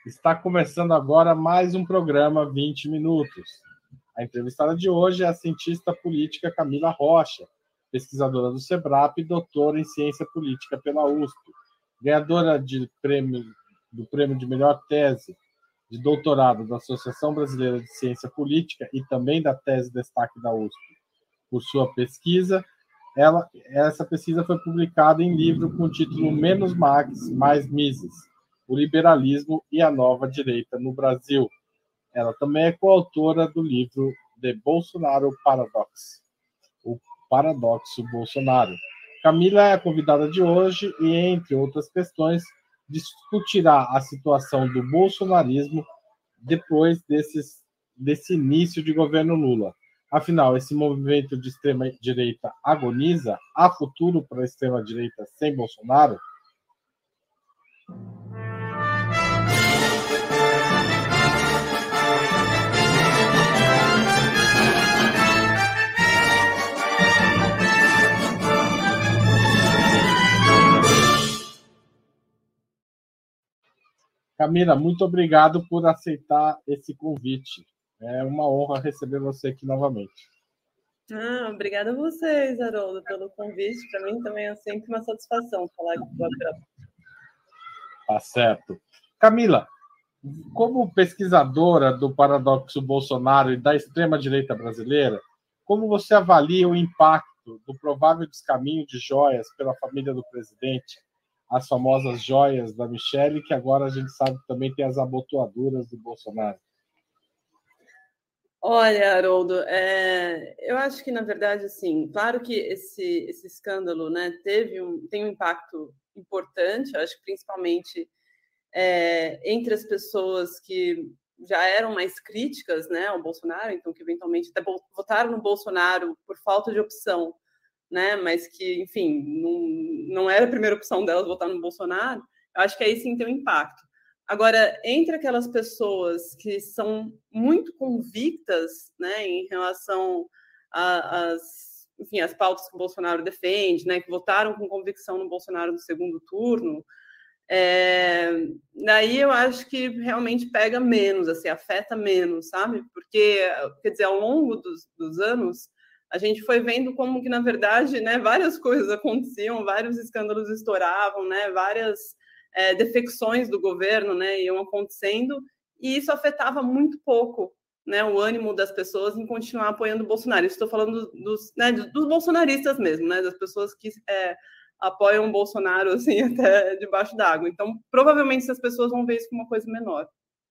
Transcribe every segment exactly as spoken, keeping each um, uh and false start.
Está começando agora mais um programa vinte minutos. A entrevistada de hoje é a cientista política Camila Rocha, pesquisadora do SEBRAP e doutora em ciência política pela U S P, ganhadora de prêmio, do prêmio de melhor tese de doutorado da Associação Brasileira de Ciência Política e também da tese destaque da U S P por sua pesquisa. Ela, essa pesquisa foi publicada em livro com o título Menos Marx, Mais Mises, o liberalismo e a nova direita no Brasil. Ela também é coautora do livro The Bolsonaro Paradox, o paradoxo Bolsonaro. Camila é a convidada de hoje e, entre outras questões, discutirá a situação do bolsonarismo depois desses, desse início de governo Lula. Afinal, esse movimento de extrema-direita agoniza? Há futuro para a extrema-direita sem Bolsonaro? Camila, muito obrigado por aceitar esse convite. É uma honra receber você aqui novamente. Ah, obrigada a vocês, Haroldo, pelo convite. Para mim também é sempre uma satisfação falar aqui com a Camila. Tá certo. Camila, como pesquisadora do paradoxo Bolsonaro e da extrema-direita brasileira, como você avalia o impacto do provável descaminho de joias pela família do presidente, as famosas joias da Michelle, que agora a gente sabe que também tem as abotoaduras do Bolsonaro? Olha, Haroldo, é, eu acho que, na verdade, assim, claro que esse, esse escândalo, né, teve um, tem um impacto importante, eu acho que principalmente é, entre as pessoas que já eram mais críticas, né, ao Bolsonaro, então que eventualmente até votaram no Bolsonaro por falta de opção, né, mas que, enfim, não, não era a primeira opção delas votar no Bolsonaro. Eu acho que aí sim tem um impacto. Agora, entre aquelas pessoas que são muito convictas, né, em relação às, enfim, às pautas que o Bolsonaro defende, né, que votaram com convicção no Bolsonaro no segundo turno, é, daí eu acho que realmente pega menos, assim, afeta menos, sabe? Porque, quer dizer, ao longo dos, dos anos, a gente foi vendo como que, na verdade, né, várias coisas aconteciam, vários escândalos estouravam, né, várias é, defecções do governo, né, iam acontecendo, e isso afetava muito pouco, né, o ânimo das pessoas em continuar apoiando o Bolsonaro. Estou falando dos, né, dos bolsonaristas mesmo, né, das pessoas que é, apoiam o Bolsonaro assim, até debaixo d'água. Então, provavelmente, essas pessoas vão ver isso como uma coisa menor.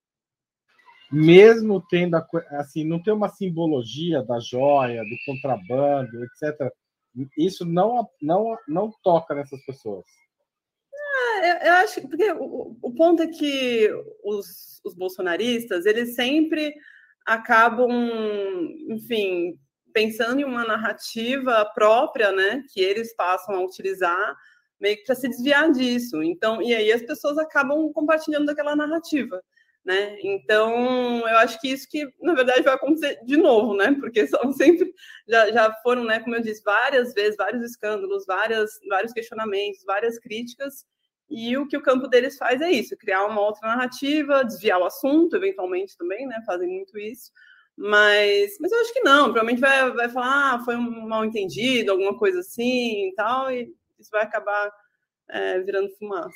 Mesmo tendo, assim, não tem uma simbologia da joia, do contrabando, etcétera, isso não, não, não toca nessas pessoas. Ah, eu, eu acho que porque o, o ponto é que os, os bolsonaristas, eles sempre acabam, enfim, pensando em uma narrativa própria, né, que eles passam a utilizar meio que para se desviar disso. Então, e aí as pessoas acabam compartilhando daquela narrativa. Né? Então, eu acho que isso que, na verdade, vai acontecer de novo, né? Porque são sempre, já, já foram, né, como eu disse, várias vezes, vários escândalos, várias, vários questionamentos, várias críticas, e o que o campo deles faz é isso, criar uma outra narrativa, desviar o assunto, eventualmente também, né? Fazem muito isso, mas, mas eu acho que não, provavelmente vai, vai falar, ah, foi um mal-entendido, alguma coisa assim e tal, e isso vai acabar é, virando fumaça.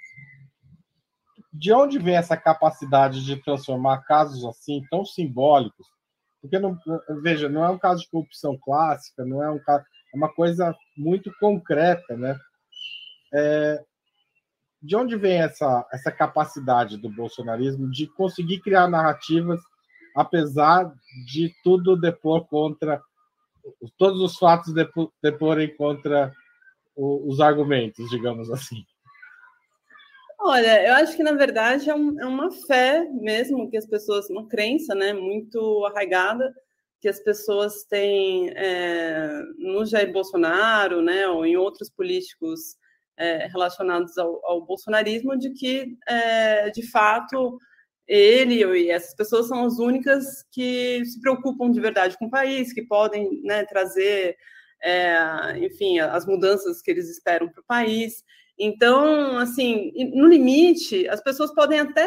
De onde vem essa capacidade de transformar casos assim tão simbólicos? Porque, não, veja, não é um caso de corrupção clássica, não é um caso, é uma coisa muito concreta, né? É, de onde vem essa, essa capacidade do bolsonarismo de conseguir criar narrativas, apesar de tudo depor contra, todos os fatos depor, deporem contra os argumentos, digamos assim? Olha, eu acho que, na verdade, é, um, é uma fé mesmo que as pessoas, uma crença, né, muito arraigada, que as pessoas têm é, no Jair Bolsonaro, né, ou em outros políticos é, relacionados ao, ao bolsonarismo, de que, é, de fato, ele e essas pessoas são as únicas que se preocupam de verdade com o país, que podem, né, trazer, é, enfim, as mudanças que eles esperam para o país. Então, assim, no limite, as pessoas podem até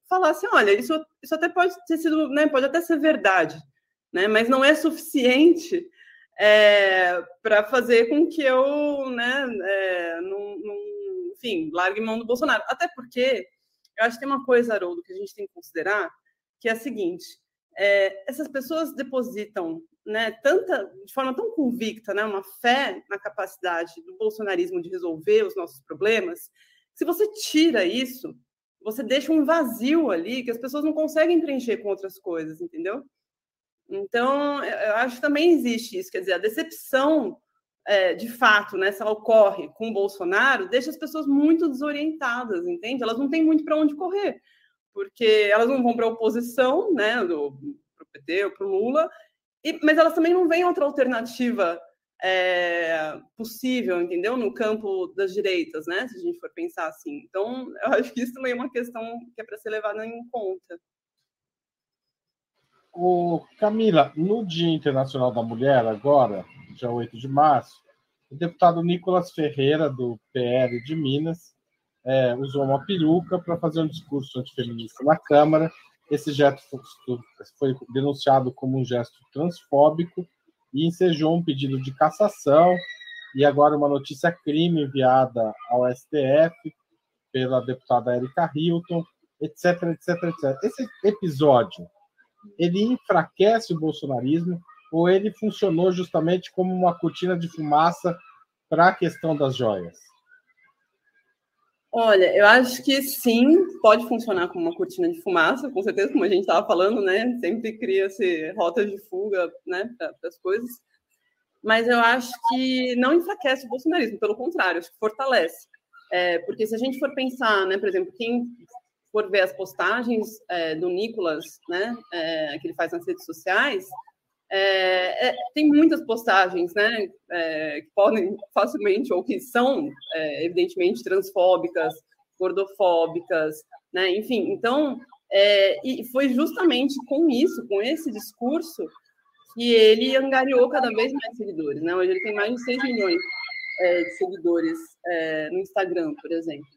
falar assim, olha, isso, isso até pode ter sido, né, pode até ser verdade, né, mas não é suficiente é, para fazer com que eu, né, é, não, não, enfim, largue mão do Bolsonaro. Até porque eu acho que tem uma coisa, Haroldo, que a gente tem que considerar, que é a seguinte, é, essas pessoas depositam, né, tanta, de forma tão convicta, né, uma fé na capacidade do bolsonarismo de resolver os nossos problemas. Se você tira isso, você deixa um vazio ali que as pessoas não conseguem preencher com outras coisas, entendeu? Então, eu acho que também existe isso, quer dizer, a decepção, é, de fato, né, se ela ocorre com o Bolsonaro, deixa as pessoas muito desorientadas, entende? Elas não têm muito para onde correr, porque elas não vão para a oposição, né, para o P T ou para o Lula, e, mas elas também não veem outra alternativa é, possível, entendeu? No campo das direitas, né? Se a gente for pensar assim. Então, eu acho que isso também é uma questão que é para ser levada em conta. O Camila, no Dia Internacional da Mulher, agora, dia oito de março, o deputado Nicolas Ferreira, do P L de Minas, é, usou uma peruca para fazer um discurso antifeminista na Câmara. Esse gesto foi denunciado como um gesto transfóbico e ensejou um pedido de cassação, e agora uma notícia crime enviada ao S T F pela deputada Erika Hilton, etc, etc, etcétera. Esse episódio, ele enfraquece o bolsonarismo ou ele funcionou justamente como uma cortina de fumaça para a questão das joias? Olha, eu acho que sim, pode funcionar como uma cortina de fumaça, com certeza, como a gente estava falando, né? Sempre cria-se rotas de fuga, né, para as coisas. Mas eu acho que não enfraquece o bolsonarismo, pelo contrário, acho que fortalece. É, porque se a gente for pensar, né, por exemplo, quem for ver as postagens é, do Nicolas, né, é, que ele faz nas redes sociais, é, é, tem muitas postagens, né, é, que podem facilmente, ou que são, é, evidentemente, transfóbicas, gordofóbicas, né, enfim. Então, é, e foi justamente com isso, com esse discurso, que ele angariou cada vez mais seguidores, né? Hoje ele tem mais de seis milhões é, de seguidores é, no Instagram, por exemplo.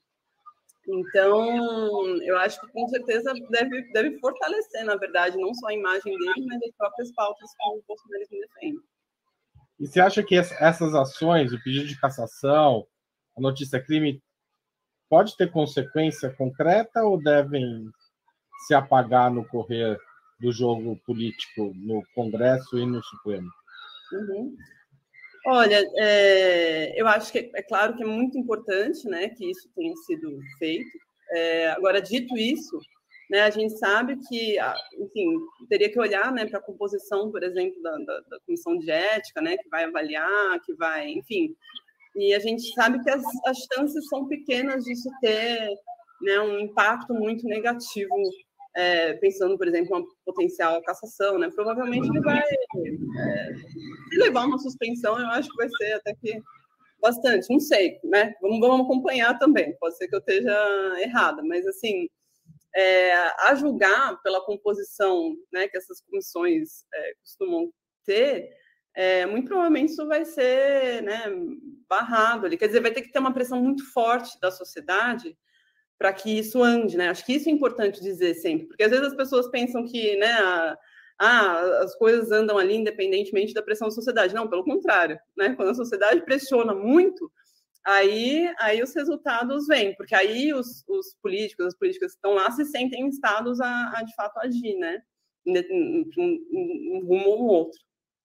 Então, eu acho que com certeza deve, deve fortalecer, na verdade, não só a imagem dele, mas as próprias pautas que o bolsonarismo defende. E você acha que essas ações, o pedido de cassação, a notícia crime, pode ter consequência concreta ou devem se apagar no correr do jogo político no Congresso e no Supremo? Uhum. Olha, é, eu acho que é, é claro que é muito importante, né, que isso tenha sido feito. É, agora, dito isso, né, a gente sabe que, enfim, teria que olhar, né, para a composição, por exemplo, da, da, da comissão de ética, né, que vai avaliar, que vai, enfim. E a gente sabe que as, as chances são pequenas disso ter, né, um impacto muito negativo. É, pensando, por exemplo, uma potencial cassação, né? Provavelmente ele vai é, se levar uma suspensão, eu acho que vai ser até que bastante, não sei, né? Vamos, vamos acompanhar também, pode ser que eu esteja errada, mas assim, é, a julgar pela composição, né, que essas comissões é, costumam ter, é, muito provavelmente isso vai ser, né, barrado ali, quer dizer, vai ter que ter uma pressão muito forte da sociedade para que isso ande, né? Acho que isso é importante dizer sempre, porque às vezes as pessoas pensam que, né, a, a, as coisas andam ali independentemente da pressão da sociedade. Não, pelo contrário, né? Quando a sociedade pressiona muito, aí, aí os resultados vêm, porque aí os, os políticos, as políticas que estão lá se sentem instados a, a de fato agir, né? Em, em, em, em rumo ou outro.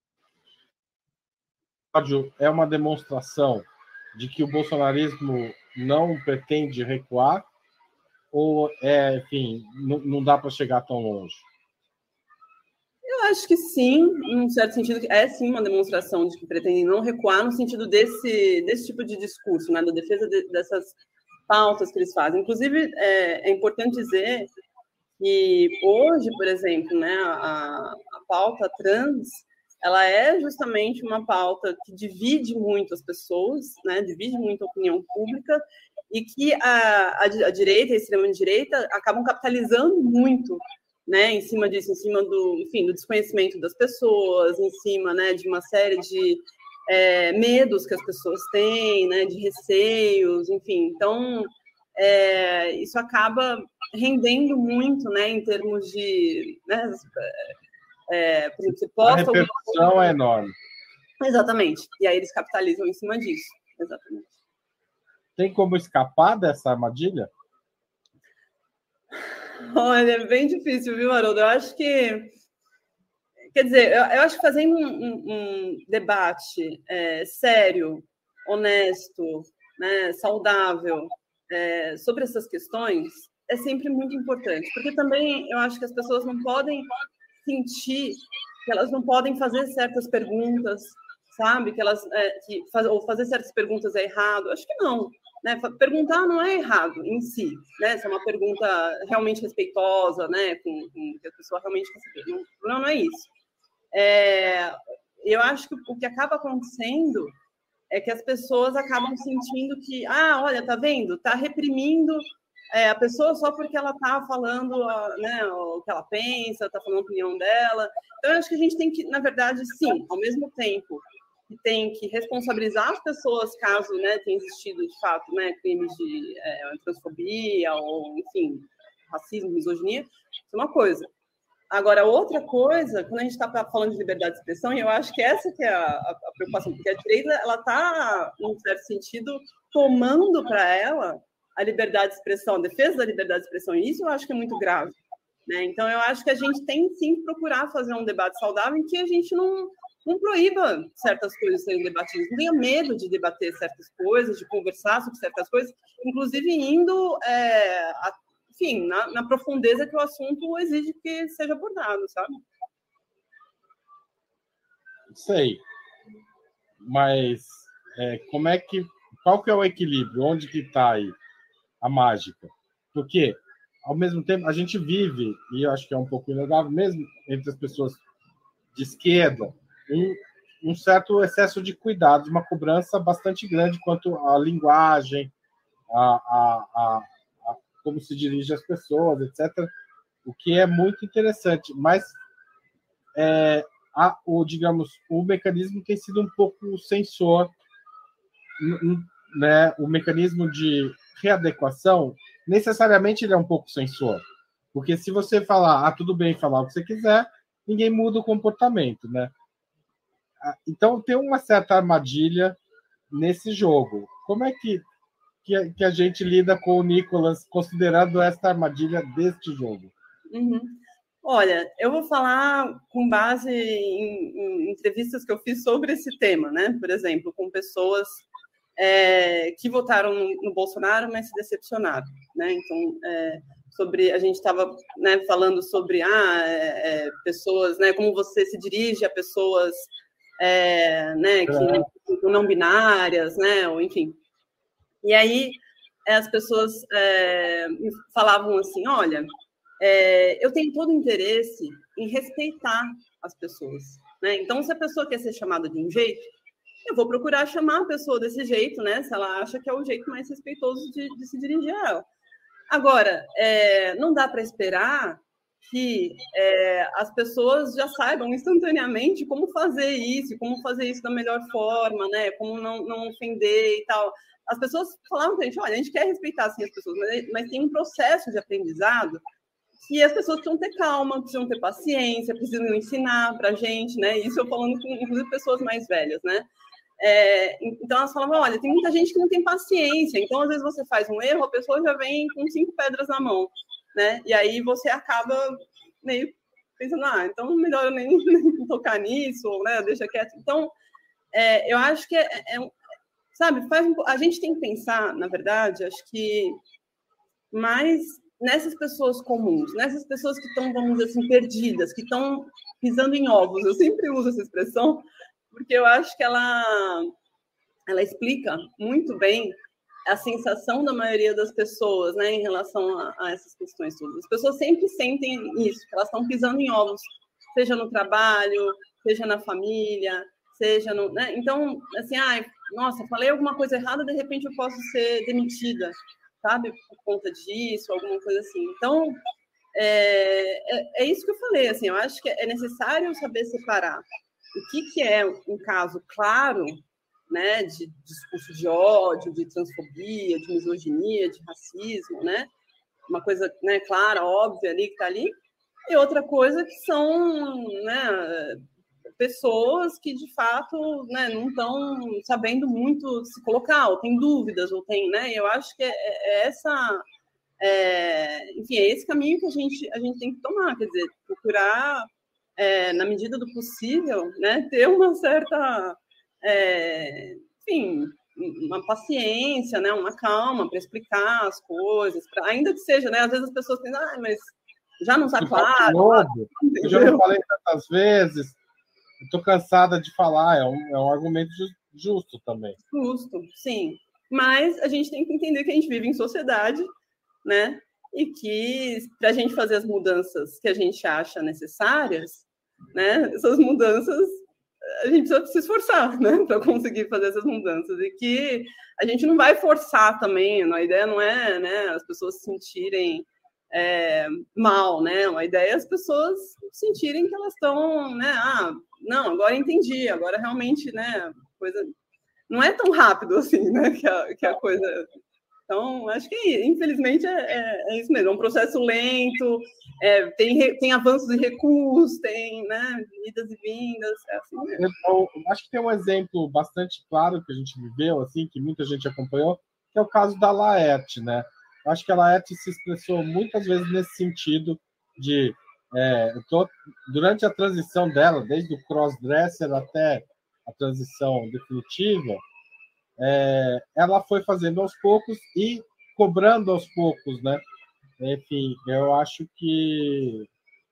É uma demonstração de que o bolsonarismo não pretende recuar, ou, é, enfim, não, não dá para chegar tão longe? Eu acho que sim, em um certo sentido, é sim uma demonstração de que pretendem não recuar no sentido desse, desse tipo de discurso, né, da defesa de, dessas pautas que eles fazem. Inclusive, é, é importante dizer que hoje, por exemplo, né, a, a pauta trans, ela é justamente uma pauta que divide muito as pessoas, né, divide muito a opinião pública, e que a, a, a direita e a extrema-direita acabam capitalizando muito, né, em cima disso, em cima do, enfim, do desconhecimento das pessoas, em cima, né, de uma série de é, medos que as pessoas têm, né, de receios, enfim. Então, é, isso acaba rendendo muito, né, em termos de... Né, é, por exemplo, você posta... A repercussão alguma... é enorme. Exatamente. E aí eles capitalizam em cima disso. Exatamente. Tem como escapar dessa armadilha? Olha, é bem difícil, viu, Haroldo? Eu acho que... Quer dizer, eu, eu acho que fazendo um, um, um debate é, sério, honesto, né, saudável, é, sobre essas questões, é sempre muito importante. Porque também eu acho que as pessoas não podem sentir que elas não podem fazer certas perguntas, sabe? Que elas, é, que faz, ou fazer certas perguntas é errado. Acho que não. Né? Perguntar não é errado em si, né? Se é uma pergunta realmente respeitosa, né? Com, com que a pessoa realmente quer saber. Não, não, não é isso. É, eu acho que o que acaba acontecendo é que as pessoas acabam sentindo que, ah, olha, tá vendo? Tá reprimindo é, a pessoa só porque ela tá falando, né, o que ela pensa, tá falando a opinião dela. Então, eu acho que a gente tem que, na verdade, sim, ao mesmo tempo que tem que responsabilizar as pessoas caso, né, tenha existido, de fato, né, crimes de é, transfobia ou, enfim, racismo, misoginia, isso é uma coisa. Agora, outra coisa, quando a gente está falando de liberdade de expressão, e eu acho que essa que é a, a preocupação, porque a direita ela está, num certo sentido, tomando para ela a liberdade de expressão, a defesa da liberdade de expressão, e isso eu acho que é muito grave. Né? Então, eu acho que a gente tem, sim, que procurar fazer um debate saudável em que a gente não, não proíba certas coisas serem debatidas, não tenha medo de debater certas coisas, de conversar sobre certas coisas, inclusive indo... É, a, enfim, na, na profundeza que o assunto exige que seja abordado, sabe? Sei. Mas é, como é que... Qual que é o equilíbrio? Onde que está aí a mágica? Porque, ao mesmo tempo, a gente vive, e eu acho que é um pouco inegável, mesmo entre as pessoas de esquerda, um, um certo excesso de cuidado, uma cobrança bastante grande quanto à linguagem, a... a, a como se dirige às pessoas, etcétera, o que é muito interessante, mas é, a, o, digamos, o mecanismo tem sido um pouco censor, né? O mecanismo de readequação, necessariamente ele é um pouco censor, porque se você falar, ah, tudo bem falar o que você quiser, ninguém muda o comportamento, né? Então tem uma certa armadilha nesse jogo. Como é que Que a, que a gente lida com o Nicolas, considerando esta armadilha deste jogo? Uhum. Olha, eu vou falar com base em, em entrevistas que eu fiz sobre esse tema, né? Por exemplo, com pessoas é, que votaram no, no Bolsonaro, mas se decepcionaram, né? Então, é, sobre a gente estava, né, falando sobre ah, é, pessoas, né? Como você se dirige a pessoas, é, né? Que não, não binárias, né? Ou enfim. E aí as pessoas é, me falavam assim, olha, é, eu tenho todo o interesse em respeitar as pessoas. Né? Então, se a pessoa quer ser chamada de um jeito, eu vou procurar chamar a pessoa desse jeito, né? Se ela acha que é o jeito mais respeitoso de, de se dirigir a ela. Agora, é, não dá para esperar que é, as pessoas já saibam instantaneamente como fazer isso, como fazer isso da melhor forma, né? Como não, não ofender e tal. As pessoas falavam para a gente, olha, a gente quer respeitar assim, as pessoas, mas, mas tem um processo de aprendizado que as pessoas precisam ter calma, precisam ter paciência, precisam ensinar para a gente, né? Isso eu falando com, inclusive, pessoas mais velhas, né? É, então, elas falavam, olha, tem muita gente que não tem paciência, então, às vezes, você faz um erro, a pessoa já vem com cinco pedras na mão, né? E aí você acaba meio pensando, ah, então melhor eu nem, nem tocar nisso, ou, né, deixa quieto. Então, é, eu acho que é, é um... Sabe, faz um, a gente tem que pensar, na verdade, acho que mais nessas pessoas comuns, nessas pessoas que estão, vamos dizer assim, perdidas, que estão pisando em ovos. Eu sempre uso essa expressão, porque eu acho que ela, ela explica muito bem a sensação da maioria das pessoas, né, em relação a, a essas questões todas. As pessoas sempre sentem isso, que elas estão pisando em ovos, seja no trabalho, seja na família, seja no... Né? Então, assim, ai, nossa, falei alguma coisa errada, de repente eu posso ser demitida, sabe? Por conta disso, alguma coisa assim. Então, é, é, é isso que eu falei, assim, eu acho que é necessário saber separar o que, que é um caso claro, né, de discurso de ódio, de transfobia, de misoginia, de racismo, né? uma coisa, né, clara, óbvia ali, que está ali, e outra coisa que são, né, pessoas que, de fato, né, não estão sabendo muito se colocar, ou tem dúvidas, ou tem, né, eu acho que é, é essa, é, enfim, é esse caminho que a gente, a gente tem que tomar, quer dizer, procurar, é, na medida do possível, né, ter uma certa, é, enfim, uma paciência, né, uma calma para explicar as coisas, pra, ainda que seja, né, às vezes as pessoas pensam, ah, mas já não está claro. Novo, eu já não falei tantas vezes, estou cansada de falar, é um, é um argumento justo também. Justo, sim. Mas a gente tem que entender que a gente vive em sociedade, né? E que para a gente fazer as mudanças que a gente acha necessárias, né? Essas mudanças a gente precisa se esforçar, né? Para conseguir fazer essas mudanças. E que a gente não vai forçar também, a ideia não é, né, as pessoas se sentirem é, mal, né? A ideia é as pessoas sentirem que elas estão, né? Ah, não, agora entendi, agora realmente, né? Coisa não é tão rápido assim, né? Que a, que a coisa. Então, acho que, infelizmente, é, é, é isso mesmo. É um processo lento, é, tem, tem avanços e recuos, tem, né, idas e vindas, é assim mesmo. Eu, eu acho que tem um exemplo bastante claro que a gente viveu, assim, que muita gente acompanhou, que é o caso da Laerte, né? Eu acho que a Laerte se expressou muitas vezes nesse sentido de... É, eu tô, durante a transição dela, desde o crossdresser até a transição definitiva, é, ela foi fazendo aos poucos e cobrando aos poucos, né? Enfim, eu acho que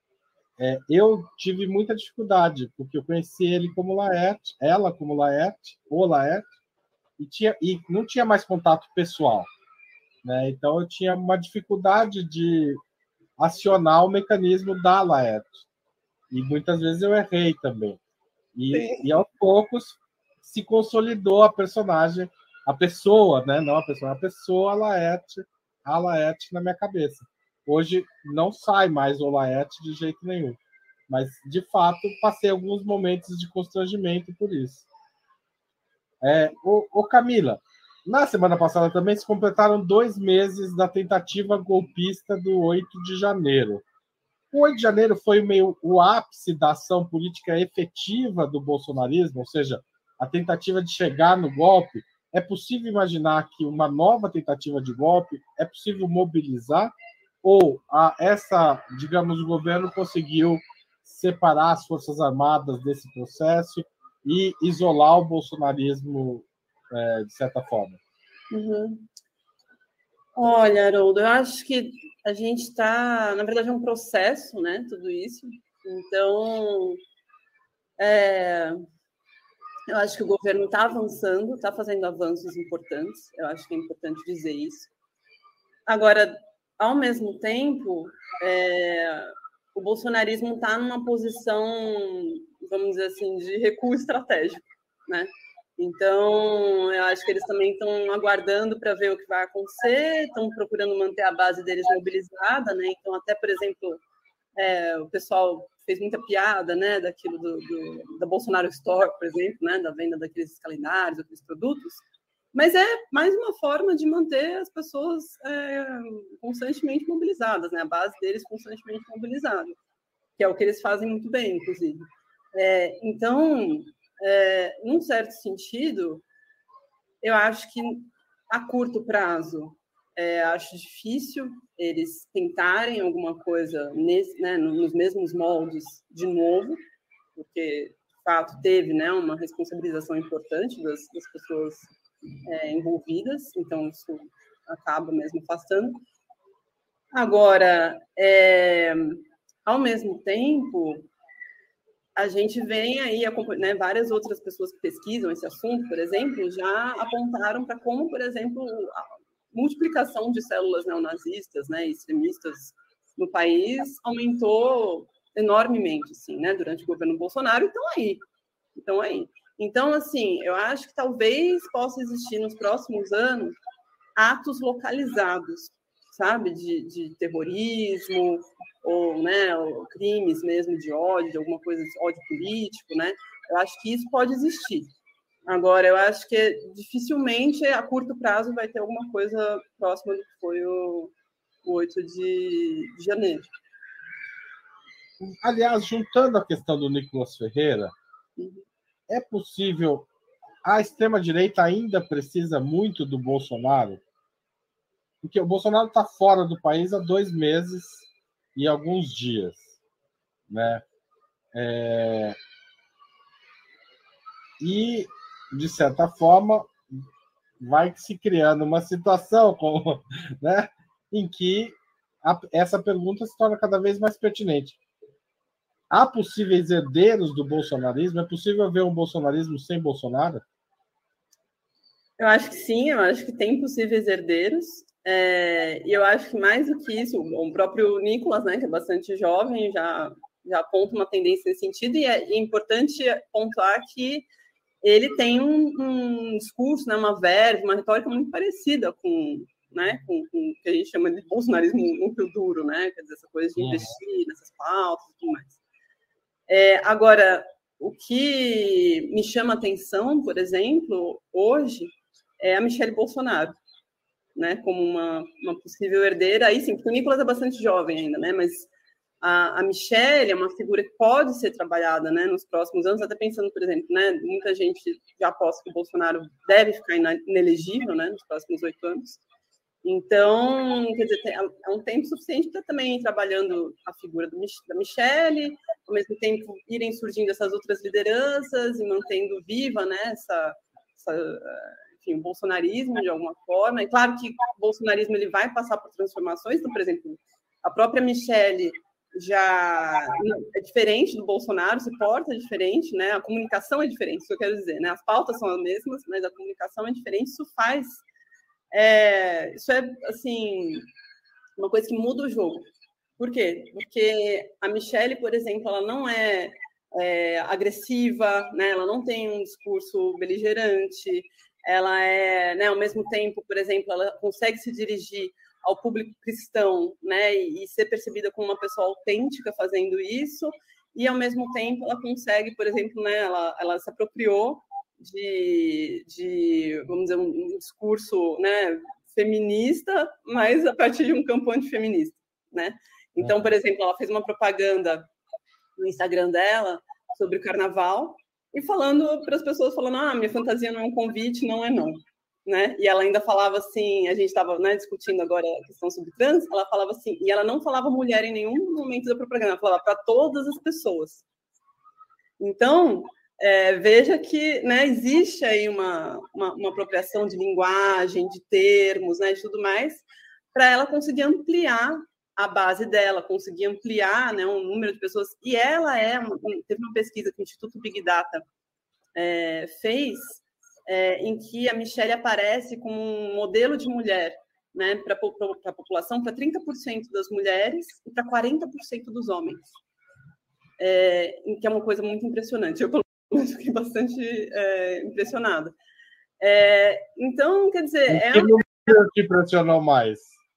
é, eu tive muita dificuldade, porque eu conheci ele como Laerte, ela como Laerte, ou Laerte, e, tinha, e não tinha mais contato pessoal, né? Então eu tinha uma dificuldade de acionar o mecanismo da Laerte. E muitas vezes eu errei também. E, e aos poucos se consolidou a personagem, a pessoa, né? Não a pessoa, a pessoa, a Laerte, a Laerte na minha cabeça. Hoje não sai mais o Laerte de jeito nenhum. Mas, de fato, passei alguns momentos de constrangimento por isso. É, ô, ô Camila, na semana passada também se completaram dois meses da tentativa golpista do oito de janeiro. O oito de janeiro foi meio o ápice da ação política efetiva do bolsonarismo, ou seja, a tentativa de chegar no golpe. É possível imaginar que uma nova tentativa de golpe é possível mobilizar? Ou a, essa, digamos, o governo conseguiu separar as Forças Armadas desse processo e isolar o bolsonarismo, é, de certa forma? Uhum. Olha, Haroldo, eu acho que a gente está, na verdade, é um processo, né? Tudo isso. Então, é, eu acho que o governo está avançando, está fazendo avanços importantes. Eu acho que é importante dizer isso. Agora, ao mesmo tempo, é, o bolsonarismo está numa posição, vamos dizer assim, de recuo estratégico, né? Então, eu acho que eles também estão aguardando para ver o que vai acontecer, estão procurando manter a base deles mobilizada, né? Então, até, por exemplo, é, o pessoal fez muita piada, né, daquilo do, do, da Bolsonaro Store, por exemplo, né, da venda daqueles calendários, daqueles produtos, mas é mais uma forma de manter as pessoas é, constantemente mobilizadas, né, a base deles constantemente mobilizada, que é o que eles fazem muito bem, inclusive. É, então, é, num certo sentido, eu acho que a curto prazo, é, acho difícil eles tentarem alguma coisa nesse, né, nos mesmos moldes de novo, porque, de fato, teve, né, uma responsabilização importante das, das pessoas é, envolvidas, então isso acaba mesmo afastando. Agora, é, ao mesmo tempo, a gente vem aí, né, várias outras pessoas que pesquisam esse assunto, por exemplo, já apontaram para como, por exemplo, a multiplicação de células neonazistas, né, extremistas no país aumentou enormemente, assim, né, durante o governo Bolsonaro, então aí, então aí. Então, assim, eu acho que talvez possa existir nos próximos anos atos localizados, sabe, de, de terrorismo, ou, né, ou crimes mesmo de ódio, de alguma coisa de ódio político, né? Eu acho que isso pode existir. Agora, eu acho que dificilmente a curto prazo vai ter alguma coisa próxima do que foi o, o oito de janeiro. Aliás, juntando a questão do Nicolas Ferreira, uhum. é possível... A extrema-direita ainda precisa muito do Bolsonaro? Porque o Bolsonaro está fora do país há dois meses e alguns dias, né? É... E, de certa forma, vai se criando uma situação como, né, em que a, essa pergunta se torna cada vez mais pertinente. Há possíveis herdeiros do bolsonarismo? É possível ver um bolsonarismo sem Bolsonaro? Eu acho que sim, eu acho que tem possíveis herdeiros. É, e eu acho que mais do que isso, o próprio Nicolas, né, que é bastante jovem, já, já aponta uma tendência nesse sentido, e é, é importante pontuar que ele tem um, um discurso, né, uma verve, uma retórica muito parecida com, né, com, com o que a gente chama de bolsonarismo muito duro, né, quer dizer, essa coisa de investir nessas pautas e tudo mais. É, agora, o que me chama atenção, por exemplo, hoje, é a Michelle Bolsonaro, né, como uma, uma possível herdeira. Aí sim, porque o Nicolas é bastante jovem ainda, né, mas a, a Michelle é uma figura que pode ser trabalhada, né, nos próximos anos, até pensando, por exemplo, né, muita gente já aposta que o Bolsonaro deve ficar inelegível, né, nos próximos oito anos. Então, quer dizer, é um tempo suficiente para também ir trabalhando a figura do, da Michelle, ao mesmo tempo irem surgindo essas outras lideranças e mantendo viva, né, essa, essa, enfim, o bolsonarismo de alguma forma. É claro que o bolsonarismo ele vai passar por transformações, então, por exemplo, a própria Michelle já é diferente do Bolsonaro, se porta diferente, né, a comunicação é diferente, isso que eu quero dizer, né, as pautas são as mesmas, mas a comunicação é diferente, isso faz... É, isso é, assim, uma coisa que muda o jogo. Por quê? Porque a Michelle, por exemplo, ela não é, é agressiva, né? Ela não tem um discurso beligerante, ela é, né, ao mesmo tempo, por exemplo, ela consegue se dirigir ao público cristão, né, e, e ser percebida como uma pessoa autêntica fazendo isso, e, ao mesmo tempo, ela consegue, por exemplo, né, ela, ela se apropriou De, de, vamos dizer, um discurso, né, feminista, mas a partir de um campo antifeminista, né? Então, por exemplo, ela fez uma propaganda no Instagram dela sobre o carnaval e falando para as pessoas, falando, ah, minha fantasia não é um convite, não é não, né? E ela ainda falava assim, a gente estava, né, discutindo agora a questão sobre trans, ela falava assim, e ela não falava mulher em nenhum momento da propaganda, ela falava para todas as pessoas. Então, É, veja que, né, existe aí uma, uma, uma apropriação de linguagem, de termos, né, de tudo mais, para ela conseguir ampliar a base dela, conseguir ampliar, né, um número de pessoas. E ela é, uma, teve uma pesquisa que o Instituto Big Data é, fez, é, em que a Michelle aparece como um modelo de mulher, né, para a população, para trinta por cento das mulheres e para quarenta por cento dos homens. É, que é uma coisa muito impressionante. Eu Eu fiquei bastante é, impressionada. É, então, quer dizer... O é que número te impressionou mais?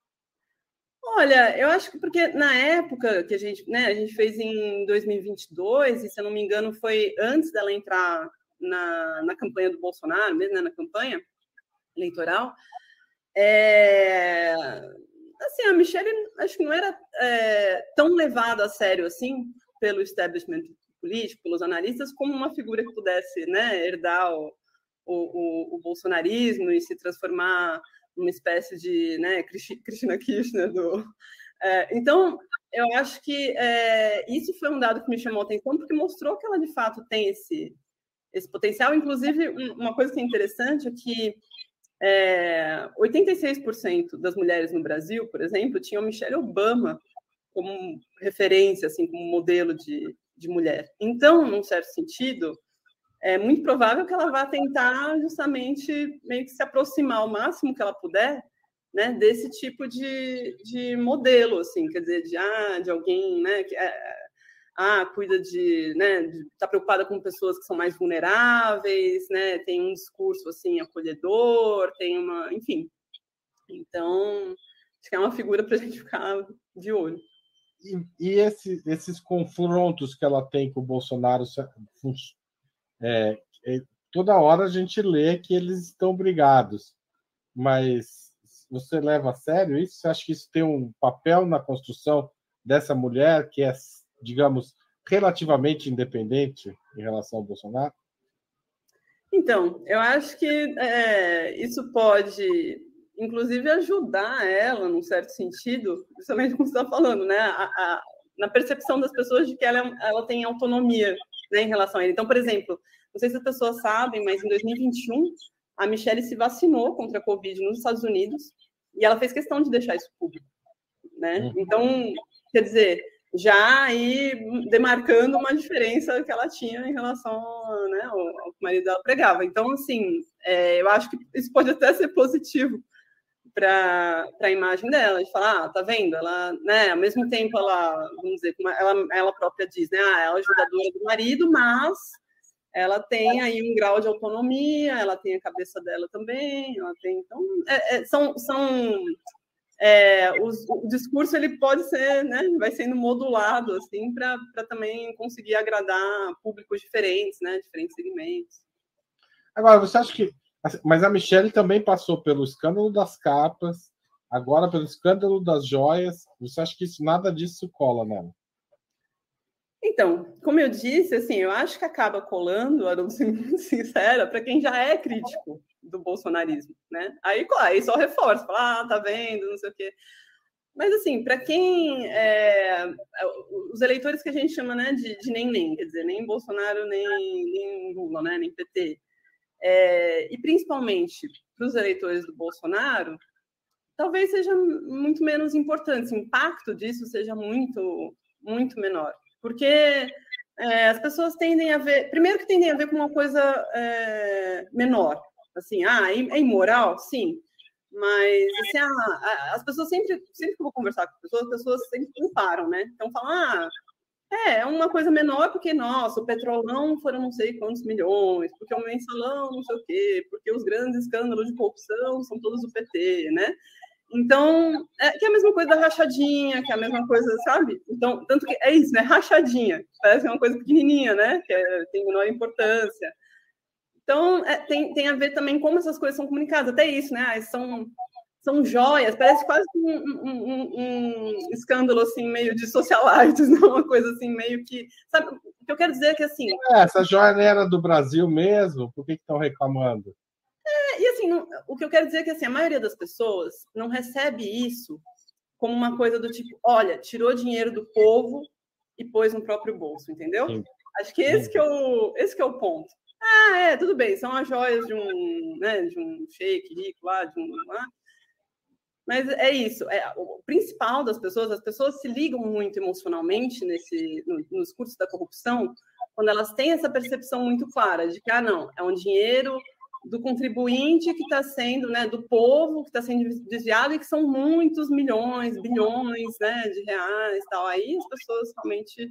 Olha, eu acho que porque na época que a gente, né, a gente fez em dois mil e vinte e dois, e se eu não me engano foi antes dela entrar na, na campanha do Bolsonaro, mesmo, né, na campanha eleitoral, é, assim, a Michelle acho que não era é, tão levada a sério assim pelo establishment político, pelos analistas, como uma figura que pudesse, né, herdar o, o, o bolsonarismo e se transformar numa espécie de, né, Cristina Kirchner do... É, então, eu acho que é, isso foi um dado que me chamou a atenção, porque mostrou que ela, de fato, tem esse, esse potencial. Inclusive, uma coisa que é interessante é que é, oitenta e seis por cento das mulheres no Brasil, por exemplo, tinham Michelle Obama como referência, assim, como modelo de, de mulher. Então, num certo sentido, é muito provável que ela vá tentar justamente meio que se aproximar ao máximo que ela puder, né, desse tipo de, de modelo, assim, quer dizer, de, ah, de alguém, né, que é, ah, cuida de, né, está preocupada com pessoas que são mais vulneráveis, né, tem um discurso, assim, acolhedor, tem uma, enfim. Então, acho que é uma figura para a gente ficar de olho. E, e esse, esses confrontos que ela tem com o Bolsonaro, é, é, toda hora a gente lê que eles estão brigados, mas você leva a sério isso? Você acha que isso tem um papel na construção dessa mulher que é, digamos, relativamente independente em relação ao Bolsonaro? Então, eu acho que é, isso pode, inclusive, ajudar ela, num certo sentido, justamente como você está falando, né? A, a, na percepção das pessoas de que ela, ela tem autonomia, né, em relação a ele. Então, por exemplo, não sei se as pessoas sabem, mas em dois mil e vinte e um, a Michelle se vacinou contra a Covid nos Estados Unidos e ela fez questão de deixar isso público, né? Então, quer dizer, já aí demarcando uma diferença que ela tinha em relação, né, ao, ao que o marido dela pregava. Então, assim, é, eu acho que isso pode até ser positivo para a imagem dela, de falar, ah, tá vendo? Ela, né, ao mesmo tempo, ela, vamos dizer, ela, ela própria diz, né, ah, ela é ajudadora do marido, mas ela tem aí um grau de autonomia, ela tem a cabeça dela também, ela tem, então, é, é, são, são é, os, o discurso ele pode ser, né, vai sendo modulado, assim, para também conseguir agradar públicos diferentes, né, diferentes segmentos. Agora, você acha que mas a Michelle também passou pelo escândalo das capas, agora pelo escândalo das joias. Você acha que isso, nada disso cola nela? Então, como eu disse, assim, eu acho que acaba colando, eu não sou muito sincera, para quem já é crítico do bolsonarismo, né? Aí, aí só reforça, fala, ah, tá vendo, não sei o quê. Mas, assim, para quem... É, os eleitores que a gente chama, né, de, de nem-nem, quer dizer, nem Bolsonaro, nem, nem Lula, né, nem P T... É, e principalmente para os eleitores do Bolsonaro, talvez seja muito menos importante, o impacto disso seja muito, muito menor. Porque é, as pessoas tendem a ver, primeiro que tendem a ver com uma coisa é, menor, assim, ah, é imoral? Sim, mas assim, ah, as pessoas sempre, sempre que eu vou conversar com as pessoas, as pessoas sempre comparam, né? Então falam, ah, É, é uma coisa menor porque, nossa, o Petrolão foram não sei quantos milhões, porque o Mensalão não sei o quê, porque os grandes escândalos de corrupção são todos do P T, né? Então, é, que é a mesma coisa da rachadinha, que é a mesma coisa, sabe? Então, tanto que é isso, né? Rachadinha, parece uma coisa pequenininha, né? Que é, tem menor importância. Então, é, tem, tem a ver também como essas coisas são comunicadas, até isso, né? Ah, são... São joias, parece quase um, um, um, um escândalo, assim, meio de socialites, não? Uma coisa assim, meio que... Sabe, o que eu quero dizer é que, assim... É, essa joia não era do Brasil mesmo? Por que estão reclamando? É, e, assim, não, o que eu quero dizer é que, assim, a maioria das pessoas não recebe isso como uma coisa do tipo, olha, tirou dinheiro do povo e pôs no próprio bolso, entendeu? Sim. Acho que esse que, é o, esse que é o ponto. Ah, é, tudo bem, são as joias de um, né, de um sheik rico lá, de um... Lá, mas é isso, é, o principal das pessoas, as pessoas se ligam muito emocionalmente nesse, no, nos cursos da corrupção, quando elas têm essa percepção muito clara de que, ah, não, é um dinheiro do contribuinte que está sendo, né, do povo que está sendo desviado e que são muitos milhões, bilhões, né, de reais e tal. Aí as pessoas realmente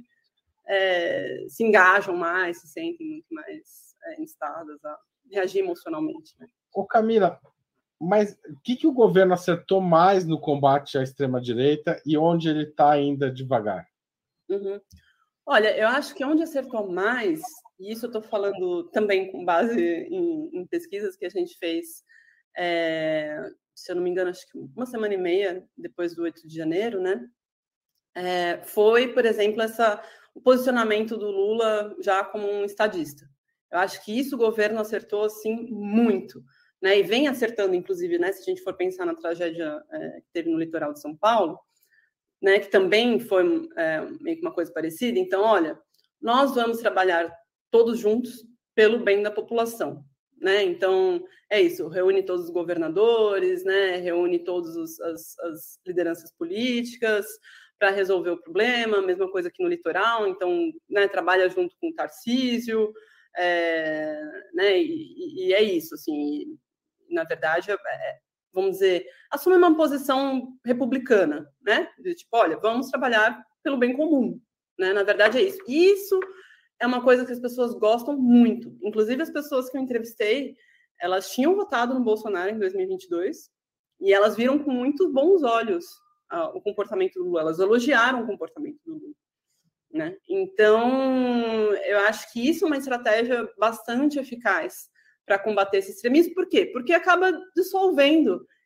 é, se engajam mais, se sentem muito mais é, instadas a reagir emocionalmente, né? Ô, Camila, mas o que, que o governo acertou mais no combate à extrema-direita e onde ele está ainda devagar? Uhum. Olha, eu acho que onde acertou mais, e isso eu estou falando também com base em, em pesquisas que a gente fez, é, se eu não me engano, acho que uma semana e meia depois do oito de janeiro, né? É, foi, por exemplo, essa, o posicionamento do Lula já como um estadista. Eu acho que isso o governo acertou, assim, muito. Né, e vem acertando, inclusive, né, se a gente for pensar na tragédia é, que teve no litoral de São Paulo, né, que também foi é, meio que uma coisa parecida. Então, olha, nós vamos trabalhar todos juntos pelo bem da população. Né? Então, é isso, reúne todos os governadores, né, reúne todas as, as lideranças políticas para resolver o problema, mesma coisa aqui no litoral, então, né, trabalha junto com o Tarcísio, é, né, e, e é isso, assim, na verdade, é, vamos dizer, assume uma posição republicana, né? De tipo, olha, vamos trabalhar pelo bem comum, né? Na verdade é isso. Isso é uma coisa que as pessoas gostam muito. Inclusive as pessoas que eu entrevistei, elas tinham votado no Bolsonaro em dois mil e vinte e dois e elas viram com muito bons olhos uh, o comportamento do Lula. Elas elogiaram o comportamento do Lula, né? Então, eu acho que isso é uma estratégia bastante eficaz para combater esse extremismo. Por quê? Porque acaba dissolvendo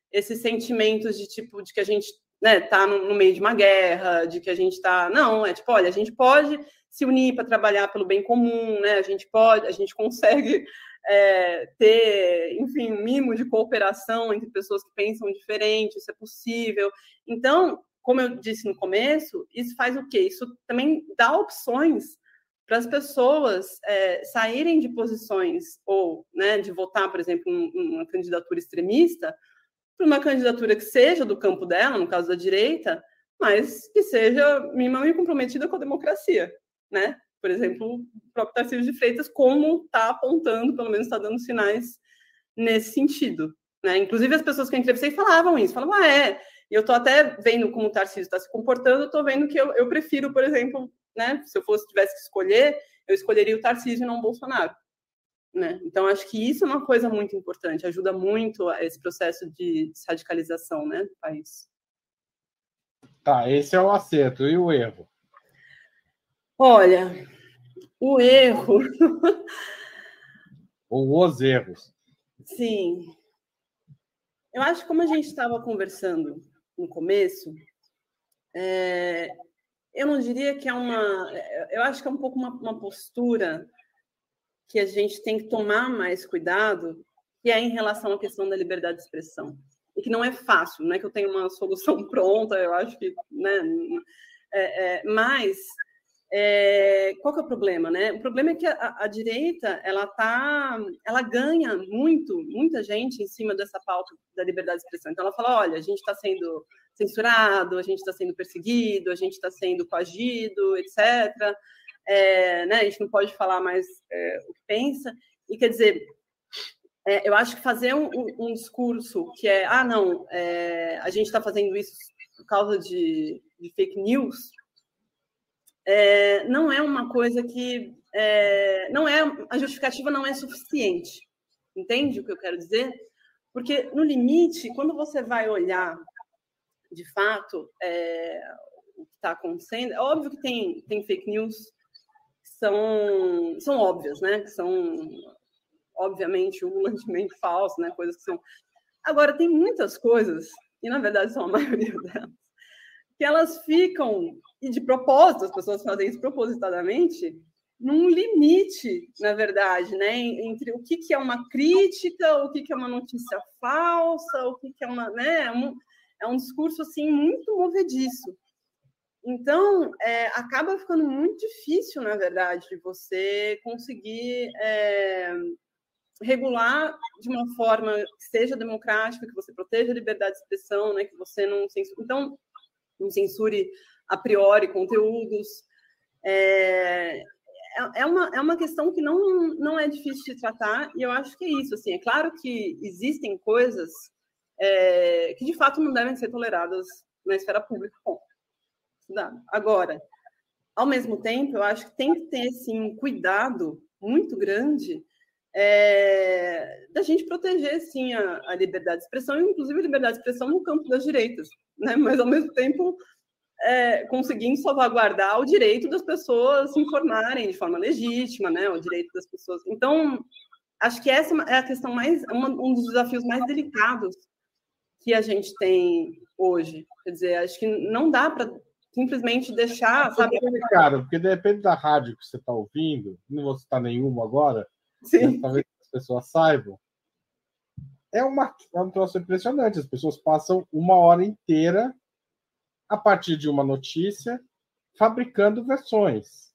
esses sentimentos de tipo de que a gente, né, tá no, no meio de uma guerra, de que a gente está, não, é tipo, olha, a gente pode se unir para trabalhar pelo bem comum, né? A gente pode, a gente consegue é, ter, enfim, um mínimo de cooperação entre pessoas que pensam diferente, isso é possível. Então, como eu disse no começo, isso faz o quê? Isso também dá opções para as pessoas é, saírem de posições ou, né, de votar, por exemplo, em uma candidatura extremista, para uma candidatura que seja do campo dela, no caso da direita, mas que seja minimamente comprometida com a democracia, né? Por exemplo, o próprio Tarcísio de Freitas, como está apontando, pelo menos está dando sinais nesse sentido, né? Inclusive, as pessoas que eu entrevistei falavam isso, falavam, ah, é, e eu estou até vendo como o Tarcísio está se comportando, estou vendo que eu, eu prefiro, por exemplo, né, se eu fosse tivesse que escolher, eu escolheria o Tarcísio e não o Bolsonaro. Né? Então, acho que isso é uma coisa muito importante, ajuda muito a esse processo de radicalização, né, do país. Tá, esse é o acerto. E o erro? Olha, o erro... Ou os erros? Sim. Eu acho que como a gente estava conversando no começo, é... eu não diria que é uma... Eu acho que é um pouco uma, uma postura que a gente tem que tomar mais cuidado, que é em relação à questão da liberdade de expressão. E que não é fácil, não é que eu tenho uma solução pronta, eu acho que... Né, é, é, mas é, qual que é o problema? Né? O problema é que a, a direita ela, tá, ela ganha muito, muita gente em cima dessa pauta da liberdade de expressão. Então ela fala, olha, a gente está sendo censurado, a gente está sendo perseguido, a gente está sendo coagido, etcétera. É, né, a gente não pode falar mais é, o que pensa, e quer dizer, é, eu acho que fazer um, um, um discurso que é, ah, não, é, a gente está fazendo isso por causa de, de fake news, é, não é uma coisa que, é, não é, a justificativa não é suficiente, entende o que eu quero dizer? Porque, no limite, quando você vai olhar, de fato, é, o que está acontecendo, é óbvio que tem, tem fake news são, são óbvias, né? Que são, obviamente, ululantemente falsas, né? Coisas que são... Agora, tem muitas coisas, e na verdade são a maioria delas, que elas ficam, e de propósito, as pessoas fazem isso propositadamente, num limite, na verdade, né? Entre o que, que é uma crítica, o que, que é uma notícia falsa, o que, que é uma... Né? É, um, é um discurso, assim, muito movediço. Então, é, acaba ficando muito difícil, na verdade, de você conseguir é, regular de uma forma que seja democrática, que você proteja a liberdade de expressão, né, que você não censure, então, não censure a priori conteúdos. É, é, uma, é uma questão que não, não é difícil de tratar, e eu acho que é isso. Assim, é claro que existem coisas é, que, de fato, não devem ser toleradas na esfera pública. Bom, agora, ao mesmo tempo, eu acho que tem que ter assim, um cuidado muito grande é, da gente proteger sim, a, a liberdade de expressão, inclusive a liberdade de expressão no campo das direitas, né? Mas, ao mesmo tempo, é, conseguindo salvaguardar o direito das pessoas se informarem de forma legítima, né? O direito das pessoas. Então, acho que essa é a questão mais, uma, um dos desafios mais delicados que a gente tem hoje. Quer dizer, acho que não dá para simplesmente deixar, sabe? É complicado, porque depende da rádio que você está ouvindo, não vou citar nenhuma agora, mas talvez as pessoas saibam. É, uma, é um troço impressionante, as pessoas passam uma hora inteira a partir de uma notícia fabricando versões.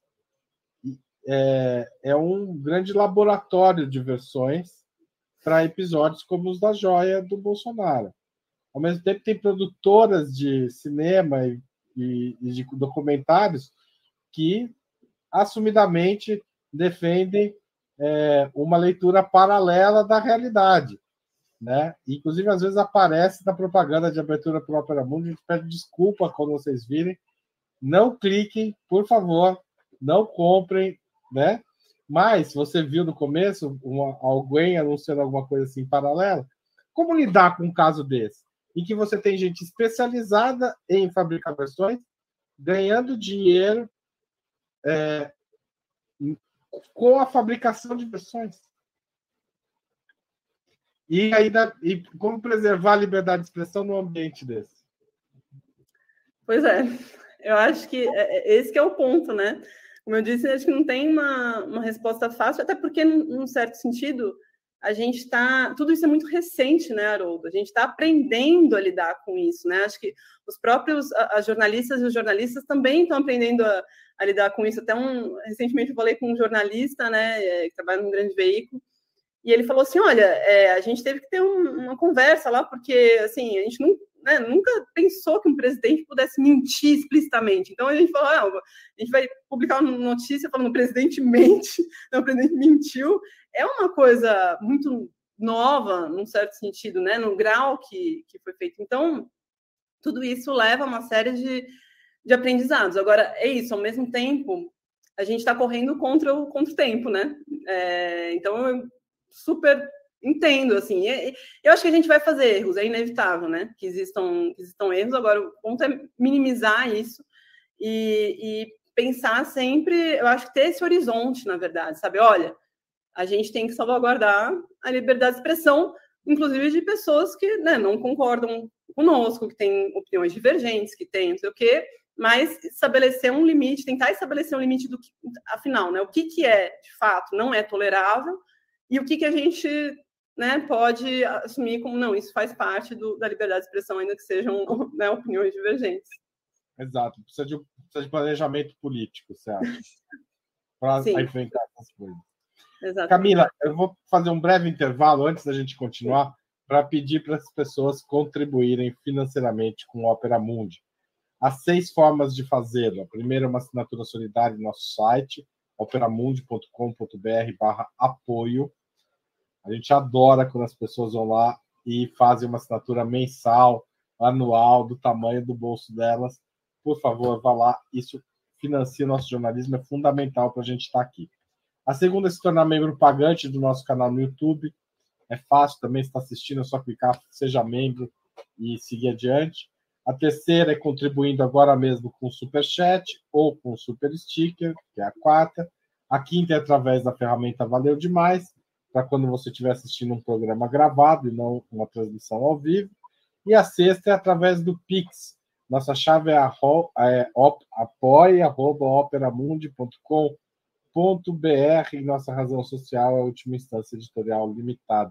É, é um grande laboratório de versões para episódios como os da joia do Bolsonaro. Ao mesmo tempo, tem produtoras de cinema e e de documentários que assumidamente defendem é, uma leitura paralela da realidade, né? Inclusive, às vezes aparece na propaganda de abertura para o Opera Mundi. A gente pede desculpa quando vocês virem. Não cliquem, por favor, não comprem, né? Mas, se você viu no começo uma, alguém anunciando alguma coisa assim paralela, como lidar com um caso desse? Em que você tem gente especializada em fabricar versões, ganhando dinheiro é, com a fabricação de versões. E ainda e como preservar a liberdade de expressão num ambiente desse? Pois é, eu acho que esse que é o ponto, né? Como eu disse, acho que não tem uma, uma resposta fácil, até porque, num certo sentido, a gente está... Tudo isso é muito recente, né, Haroldo? A gente está aprendendo a lidar com isso, né? Acho que os próprios as jornalistas e os jornalistas também estão aprendendo a, a lidar com isso. Até um, recentemente eu falei com um jornalista, né, que trabalha num grande veículo, e ele falou assim, olha, é, a gente teve que ter um, uma conversa lá, porque, assim, a gente não, né, nunca pensou que um presidente pudesse mentir explicitamente. Então, a gente falou, ah, a gente vai publicar uma notícia falando o presidente mente, não, o presidente mentiu. É uma coisa muito nova, num certo sentido, né, no grau que, que foi feito. Então, tudo isso leva a uma série de, de aprendizados. Agora, é isso, ao mesmo tempo, a gente está correndo contra o, contra o tempo, né? É, então, eu super entendo, assim. Eu acho que a gente vai fazer erros, é inevitável, né? Que existam, que existam erros. Agora, o ponto é minimizar isso e, e pensar sempre, eu acho que ter esse horizonte, na verdade, sabe? Olha, a gente tem que salvaguardar a liberdade de expressão, inclusive de pessoas que, né, não concordam conosco, que têm opiniões divergentes, que têm não sei o quê, mas estabelecer um limite, tentar estabelecer um limite do que, afinal, né, o que, que é, de fato, não é tolerável e o que, que a gente, né, pode assumir como, não, isso faz parte do, da liberdade de expressão, ainda que sejam, né, opiniões divergentes. Exato, precisa de, precisa de planejamento político, você acha? Para enfrentar essas coisas. Exatamente. Camila, eu vou fazer um breve intervalo antes da gente continuar para pedir para as pessoas contribuírem financeiramente com o Opera Mundi. Há seis formas de fazê-lo. A primeira é uma assinatura solidária no nosso site, operamundi ponto com ponto br barra apoio. A gente adora quando as pessoas vão lá e fazem uma assinatura mensal, anual, do tamanho do bolso delas. Por favor, vá lá. Isso financia o nosso jornalismo, é fundamental para a gente estar aqui. A segunda é se tornar membro pagante do nosso canal no YouTube. É fácil também, se está assistindo, é só clicar, seja membro e seguir adiante. A terceira é contribuindo agora mesmo com o Superchat ou com o Super Sticker, que é a quarta. A quinta é através da ferramenta Valeu Demais, para quando você estiver assistindo um programa gravado e não uma transmissão ao vivo. E a sexta é através do Pix. Nossa chave é, é apoie arroba operamundi ponto com ponto br e nossa razão social é a última instância editorial limitada.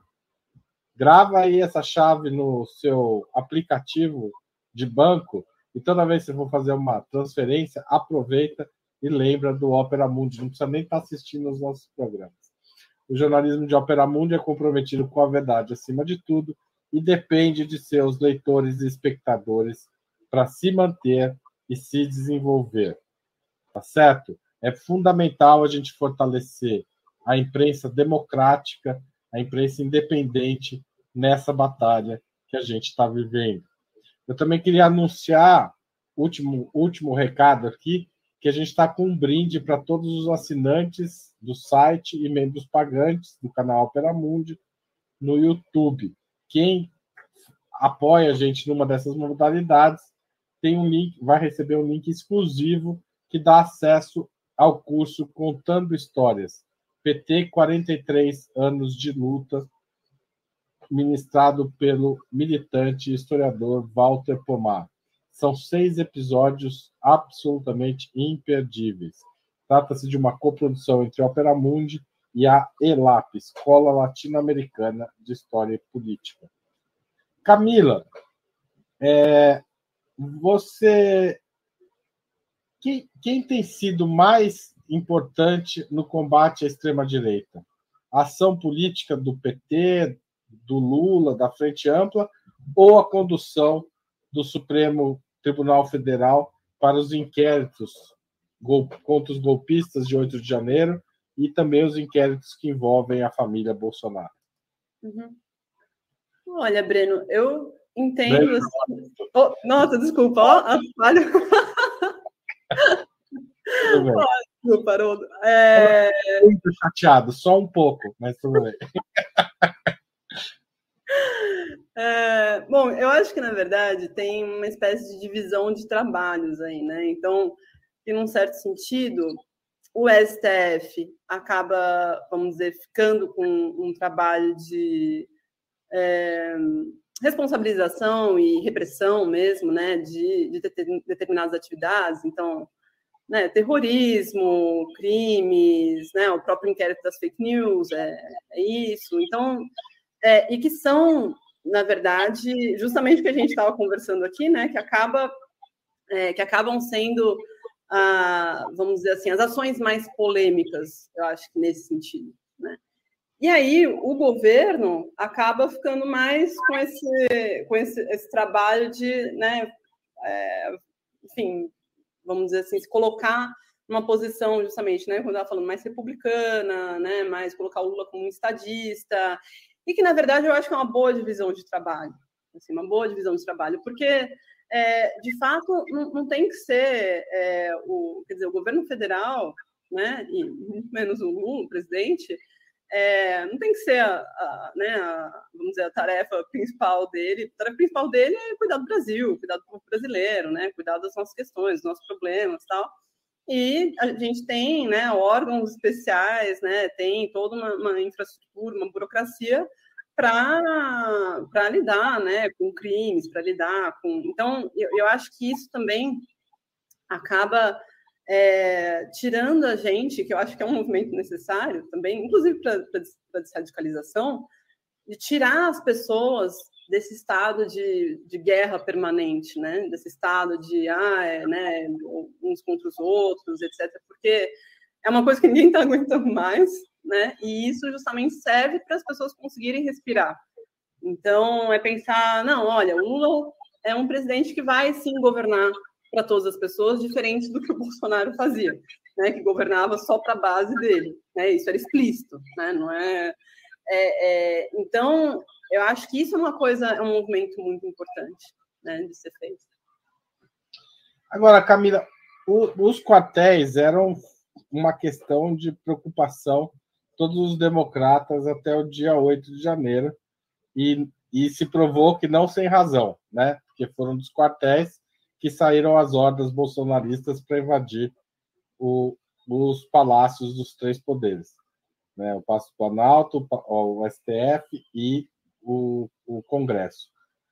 Grava aí essa chave no seu aplicativo de banco e toda vez que você for fazer uma transferência, aproveita e lembra do Opera Mundi. Não precisa nem estar assistindo os nossos programas. O jornalismo de Opera Mundi é comprometido com a verdade acima de tudo e depende de seus leitores e espectadores para se manter e se desenvolver. Tá certo? É fundamental a gente fortalecer a imprensa democrática, a imprensa independente nessa batalha que a gente está vivendo. Eu também queria anunciar, último, último recado aqui, que a gente está com um brinde para todos os assinantes do site e membros pagantes do canal Opera Mundi no YouTube. Quem apoia a gente numa dessas modalidades tem um link, vai receber um link exclusivo que dá acesso ao curso Contando Histórias, P T quarenta e três anos de luta, ministrado pelo militante e historiador Walter Pomar. São seis episódios absolutamente imperdíveis. Trata-se de uma coprodução entre a Opera Mundi e a ELAP, Escola Latino-Americana de História e Política. Camila, é, você... Quem, quem tem sido mais importante no combate à extrema-direita? A ação política do P T, do Lula, da Frente Ampla, ou a condução do Supremo Tribunal Federal para os inquéritos contra os golpistas de oito de janeiro e também os inquéritos que envolvem a família Bolsonaro? Uhum. Olha, Breno, eu entendo... Assim... Oh, nossa, desculpa, ó, falha... Oh, desculpa, Haroldo. É... Muito chateado, só um pouco, mas tudo bem. É, bom, eu acho que, na verdade, tem uma espécie de divisão de trabalhos aí, né? Então, em um certo sentido, o S T F acaba, vamos dizer, ficando com um trabalho de é, responsabilização e repressão mesmo, né, de, de determinadas atividades, então, né, terrorismo, crimes, né, o próprio inquérito das fake news, é, é isso, então, é, e que são, na verdade, justamente o que a gente estava conversando aqui, né, que acaba, é, que acabam sendo, ah, vamos dizer assim, as ações mais polêmicas, eu acho que nesse sentido, né. E aí o governo acaba ficando mais com esse, com esse, esse trabalho de, né, é, enfim, vamos dizer assim, se colocar numa posição justamente, né, quando eu estava falando mais republicana, né, mais colocar o Lula como um estadista, e que, na verdade, eu acho que é uma boa divisão de trabalho, assim, uma boa divisão de trabalho, porque, é, de fato, não, não tem que ser é, o, quer dizer, o governo federal, né, e muito menos o Lula, o presidente, É, não tem que ser a, a, né, a, vamos dizer, a tarefa principal dele. A tarefa principal dele é cuidar do Brasil, cuidar do povo brasileiro, né, cuidar das nossas questões, dos nossos problemas e tal. E a gente tem, né, órgãos especiais, né, tem toda uma, uma infraestrutura, uma burocracia para lidar, né, com crimes, para lidar com... Então, eu, eu acho que isso também acaba... É, tirando a gente, que eu acho que é um movimento necessário também, inclusive para a desradicalização, de tirar as pessoas desse estado de, de guerra permanente, né? Desse estado de ah, é, né, uns contra os outros, etcétera. Porque é uma coisa que ninguém está aguentando mais, né? E isso justamente serve para as pessoas conseguirem respirar. Então, é pensar, não, olha, o Lula é um presidente que vai sim governar para todas as pessoas, diferente do que o Bolsonaro fazia, né, que governava só para a base dele, né, isso era explícito, né, não é, é, é... Então, eu acho que isso é uma coisa, é um movimento muito importante, né, de ser feito. Agora, Camila, o, os quartéis eram uma questão de preocupação todos os democratas até o dia oito de janeiro, e, e se provou que não sem razão, né, porque foram dos quartéis que saíram as hordas bolsonaristas para invadir o, os palácios dos três poderes, né? O Palácio do Planalto, o S T F e o, o Congresso.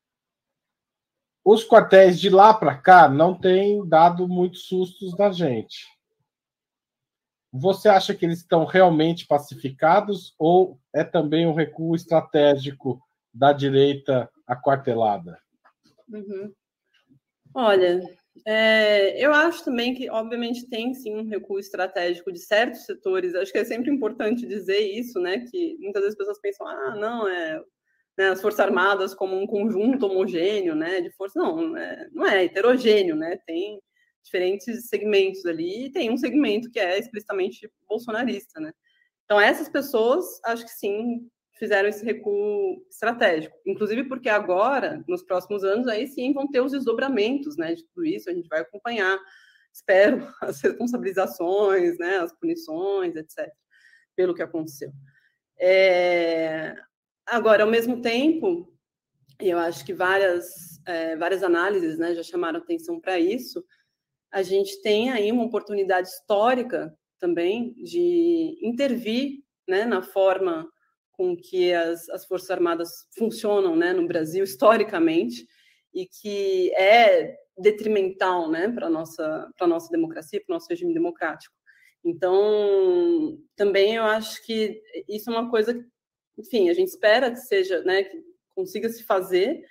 Os quartéis de lá para cá não têm dado muitos sustos na gente. Você acha que eles estão realmente pacificados ou é também um recuo estratégico da direita aquartelada? Uhum. Olha, é, eu acho também que, obviamente, tem sim um recuo estratégico de certos setores. Acho que é sempre importante dizer isso, né? Que muitas vezes as pessoas pensam, ah, não, é, né, as Forças Armadas como um conjunto homogêneo, né? De força, não, é, não é heterogêneo, né? Tem diferentes segmentos ali e tem um segmento que é explicitamente bolsonarista, né? Então, essas pessoas, acho que sim, fizeram esse recuo estratégico, inclusive porque agora, nos próximos anos, aí sim vão ter os desdobramentos, né, de tudo isso, a gente vai acompanhar, espero, as responsabilizações, né, as punições, etcétera, pelo que aconteceu. É... Agora, ao mesmo tempo, e eu acho que várias, é, várias análises, né, já chamaram atenção para isso, a gente tem aí uma oportunidade histórica também de intervir, né, na forma com que as, as Forças Armadas funcionam, né, no Brasil, historicamente, e que é detrimental, né, para a nossa, para a nossa democracia, para o nosso regime democrático. Então, também eu acho que isso é uma coisa que, enfim, a gente espera que seja, né, que consiga se fazer,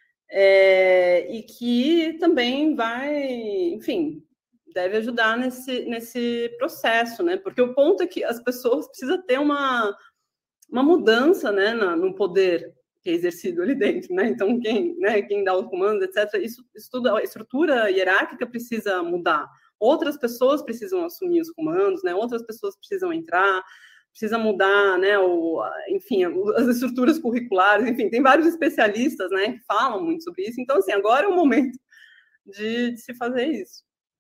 é, e que também vai, enfim, deve ajudar nesse, nesse processo, né, porque o ponto é que as pessoas precisam ter uma uma mudança, né, no poder que é exercido ali dentro, né? Então quem, né, quem dá os comandos, etcétera. Isso, isso tudo, a estrutura hierárquica precisa mudar. Outras pessoas precisam assumir os comandos, né? Outras pessoas precisam entrar, precisa mudar, né? O, enfim, as estruturas curriculares, enfim, tem vários especialistas, né, que falam muito sobre isso. Então, assim, agora é o momento de, de se fazer isso.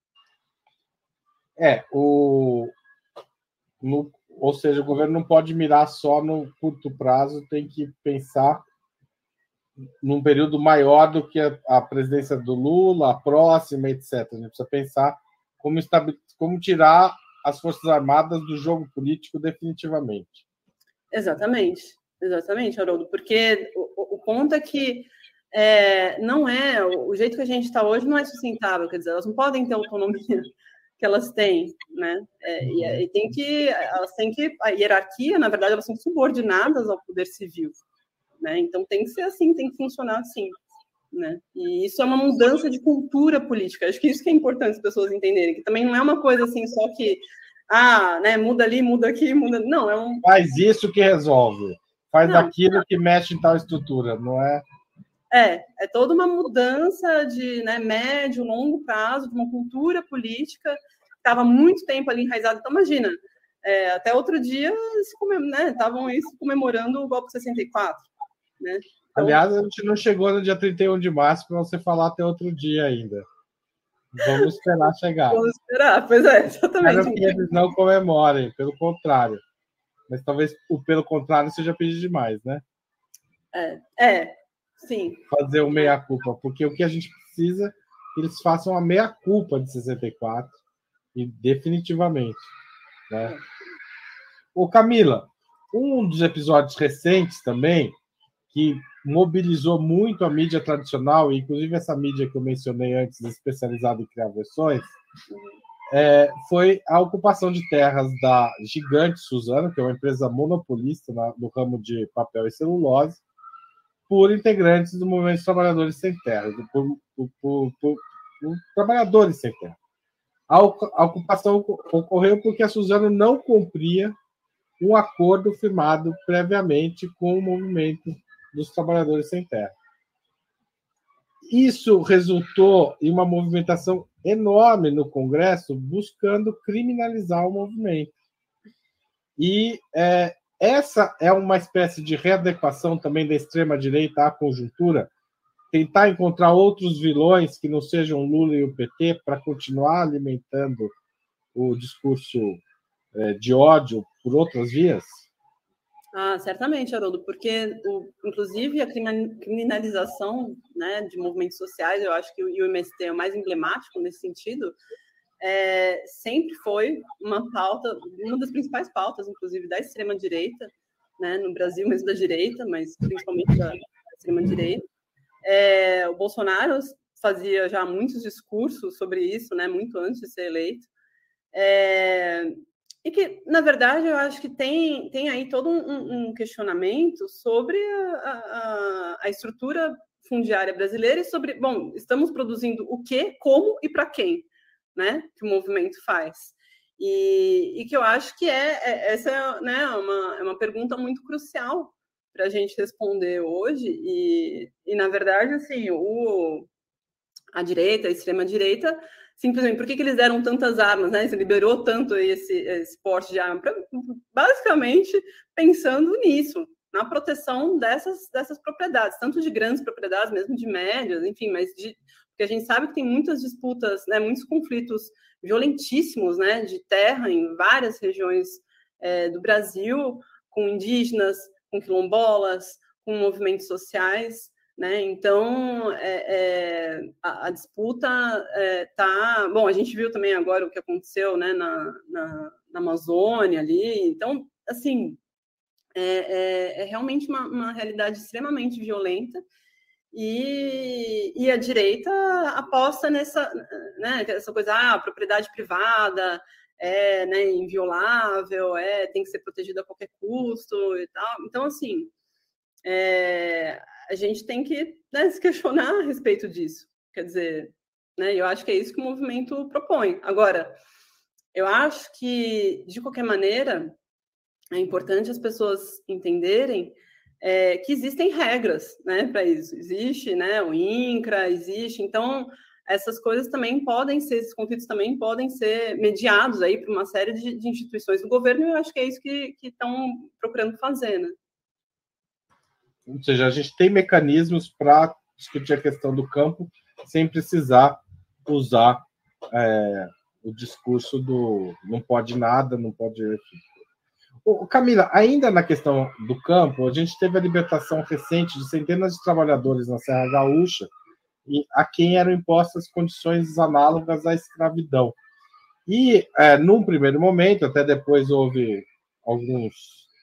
É, o no Ou seja, o governo não pode mirar só no curto prazo, tem que pensar num período maior do que a, a presidência do Lula, a próxima, etcétera. A gente precisa pensar como, como tirar as Forças Armadas do jogo político definitivamente. Exatamente, exatamente, Haroldo, porque o, o ponto é que é, não é, o, o jeito que a gente está hoje não é sustentável, quer dizer, elas não podem ter a autonomia que elas têm, né? É, e, e tem que, elas têm que, a hierarquia, na verdade, elas são subordinadas ao poder civil, né? Então tem que ser assim, tem que funcionar assim, né? E isso é uma mudança de cultura política. Acho que isso que é importante as pessoas entenderem, que também não é uma coisa assim só que ah, né, muda ali, muda aqui, muda. Não, é um. Faz isso que resolve. Faz não, aquilo não. que mexe em tal estrutura, não é? É, é toda uma mudança de, né, médio, longo prazo, de uma cultura política que estava muito tempo ali enraizada. Então, imagina, é, até outro dia estavam né, comemorando o golpe de sessenta e quatro. Né? Então, aliás, a gente não chegou no dia trinta e um de março para você falar até outro dia ainda. Vamos esperar chegar. Vamos esperar, pois é, exatamente. Espero que eles não comemorem, pelo contrário. Mas talvez o pelo contrário seja pedir demais, né? É, é, sim. Fazer o meia-culpa, porque o que a gente precisa é que eles façam a meia-culpa de sessenta e quatro, e definitivamente. Né? Ô, Camila, um dos episódios recentes também, que mobilizou muito a mídia tradicional, inclusive essa mídia que eu mencionei antes, especializada em criar versões, é, foi a ocupação de terras da Gigante Suzano, que é uma empresa monopolista na, no ramo de papel e celulose, por integrantes do Movimento dos Trabalhadores Sem Terra, por, por, por, por, por trabalhadores sem terra. A, a ocupação ocorreu porque a Suzano não cumpria um acordo firmado previamente com o Movimento dos Trabalhadores Sem Terra. Isso resultou em uma movimentação enorme no Congresso buscando criminalizar o movimento. E é, essa é uma espécie de readequação também da extrema-direita à conjuntura, tentar encontrar outros vilões que não sejam Lula e o P T para continuar alimentando o discurso é, de ódio por outras vias? Ah, certamente, Haroldo, porque, o, inclusive, a criminalização né, de movimentos sociais, eu acho que o M S T é o mais emblemático nesse sentido, é, sempre foi uma pauta, uma das principais pautas, inclusive, da extrema-direita, né, no Brasil mesmo da direita, mas principalmente da extrema-direita. É, o Bolsonaro fazia já muitos discursos sobre isso, né, muito antes de ser eleito. É, e que, na verdade, eu acho que tem, tem aí todo um, um questionamento sobre a, a, a estrutura fundiária brasileira e sobre, bom, estamos produzindo o quê, como e para quem, né, que o movimento faz. E, e que eu acho que é, é essa é, né, uma, é uma pergunta muito crucial para a gente responder hoje. E, e, na verdade, assim, o, a direita, a extrema-direita, simplesmente, por que, que eles deram tantas armas, né? Se liberou tanto esse, esse porte de arma? Pra, basicamente, pensando nisso, na proteção dessas, dessas propriedades, tanto de grandes propriedades, mesmo de médias, enfim, mas de, porque a gente sabe que tem muitas disputas, né, muitos conflitos violentíssimos, né, de terra em várias regiões é, do Brasil, com indígenas, com quilombolas, com movimentos sociais, né? Então, é, é, a, a disputa está... É, bom, a gente viu também agora o que aconteceu né, na, na, na Amazônia ali. Então, assim, é, é, é realmente uma, uma realidade extremamente violenta e, e a direita aposta nessa né, essa coisa, ah, propriedade privada é né, inviolável, é, tem que ser protegida a qualquer custo e tal. Então, assim... É, a gente tem que né, se questionar a respeito disso. Quer dizer, né, eu acho que é isso que o movimento propõe. Agora, eu acho que, de qualquer maneira, é importante as pessoas entenderem é, que existem regras né, para isso. Existe né, o INCRA, existe. Então, essas coisas também podem ser, esses conflitos também podem ser mediados aí por uma série de, de instituições do governo, e eu acho que é isso que estão procurando fazer, né? Ou seja, a gente tem mecanismos para discutir a questão do campo sem precisar usar é, o discurso do não pode nada, não pode... Ô, Camila, ainda na questão do campo, a gente teve a libertação recente de centenas de trabalhadores na Serra Gaúcha e a quem eram impostas condições análogas à escravidão. E, é, num primeiro momento, até depois houve alguns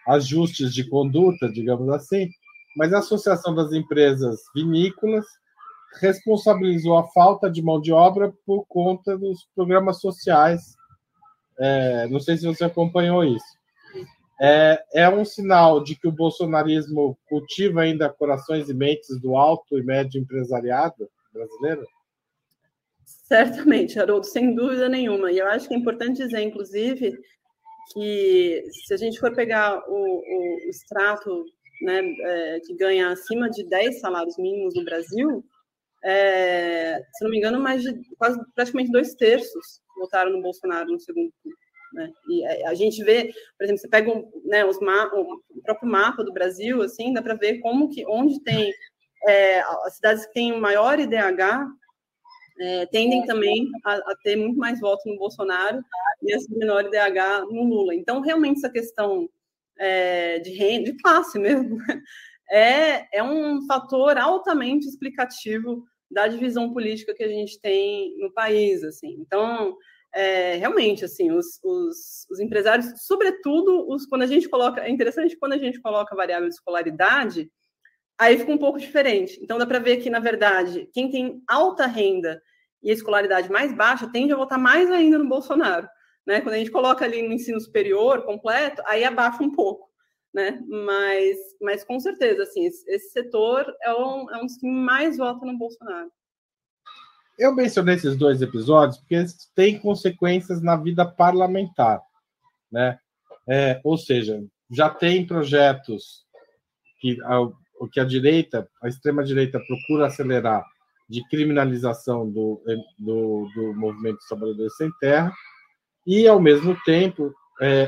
ajustes de conduta, digamos assim, mas a Associação das Empresas Vinícolas responsabilizou a falta de mão de obra por conta dos programas sociais. É, não sei se você acompanhou isso. É, é um sinal de que o bolsonarismo cultiva ainda corações e mentes do alto e médio empresariado brasileiro? Certamente, Haroldo, sem dúvida nenhuma. E eu acho que é importante dizer, inclusive, que se a gente for pegar o, o, o extrato, né, é, que ganha acima de dez salários mínimos no Brasil, é, se não me engano, mais de quase praticamente dois terços votaram no Bolsonaro no segundo turno. Né? E a gente vê, por exemplo, você pega um, né, os ma o próprio mapa do Brasil, assim, dá para ver como que onde tem é, as cidades que têm o maior I D H é, tendem também a, a ter muito mais votos no Bolsonaro e as de menor I D H no Lula. Então, realmente, essa questão é, de renda, de classe mesmo, é, é um fator altamente explicativo da divisão política que a gente tem no país, assim. Então, é, realmente, assim, os, os, os empresários, sobretudo, os, quando a gente coloca, é interessante quando a gente coloca a variável de escolaridade, aí fica um pouco diferente. Então, dá para ver que, na verdade, quem tem alta renda e a escolaridade mais baixa tende a votar mais ainda no Bolsonaro. Né? Quando a gente coloca ali no ensino superior completo, aí abaixa um pouco. Né? Mas, mas, com certeza, assim, esse, esse setor é um, é um dos que mais vota no Bolsonaro. Eu mencionei esses dois episódios porque eles têm consequências na vida parlamentar. Né? É, ou seja, já tem projetos que a, o que a direita, a extrema-direita procura acelerar de criminalização do, do, do movimento dos trabalhadores sem terra, e, ao mesmo tempo, é,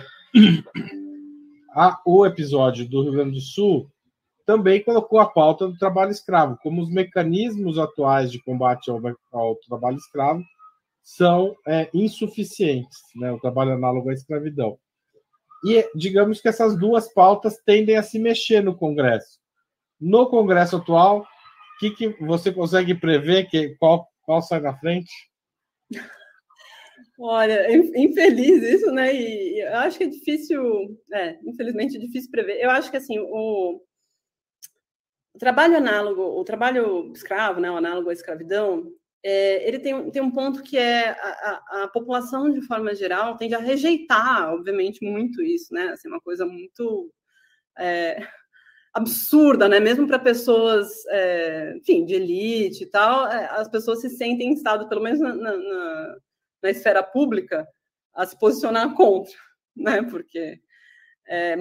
a, o episódio do Rio Grande do Sul também colocou a pauta do trabalho escravo, como os mecanismos atuais de combate ao, ao trabalho escravo são é, insuficientes, né? O trabalho análogo à escravidão. E digamos que essas duas pautas tendem a se mexer no Congresso. No Congresso atual, o que, que você consegue prever que qual, qual sai na frente? Olha, infeliz isso, né? E eu acho que é difícil, é, infelizmente é difícil prever. Eu acho que assim, o, o trabalho análogo, o trabalho escravo, né, o análogo à escravidão, é, ele tem, tem um ponto que é a, a, a população, de forma geral, tende a rejeitar, obviamente, muito isso, né? Assim, uma coisa muito é, absurda, né? Mesmo para pessoas, é, enfim, de elite e tal, é, as pessoas se sentem em estado, pelo menos na, na, na esfera pública, a se posicionar contra, né? Porque... É,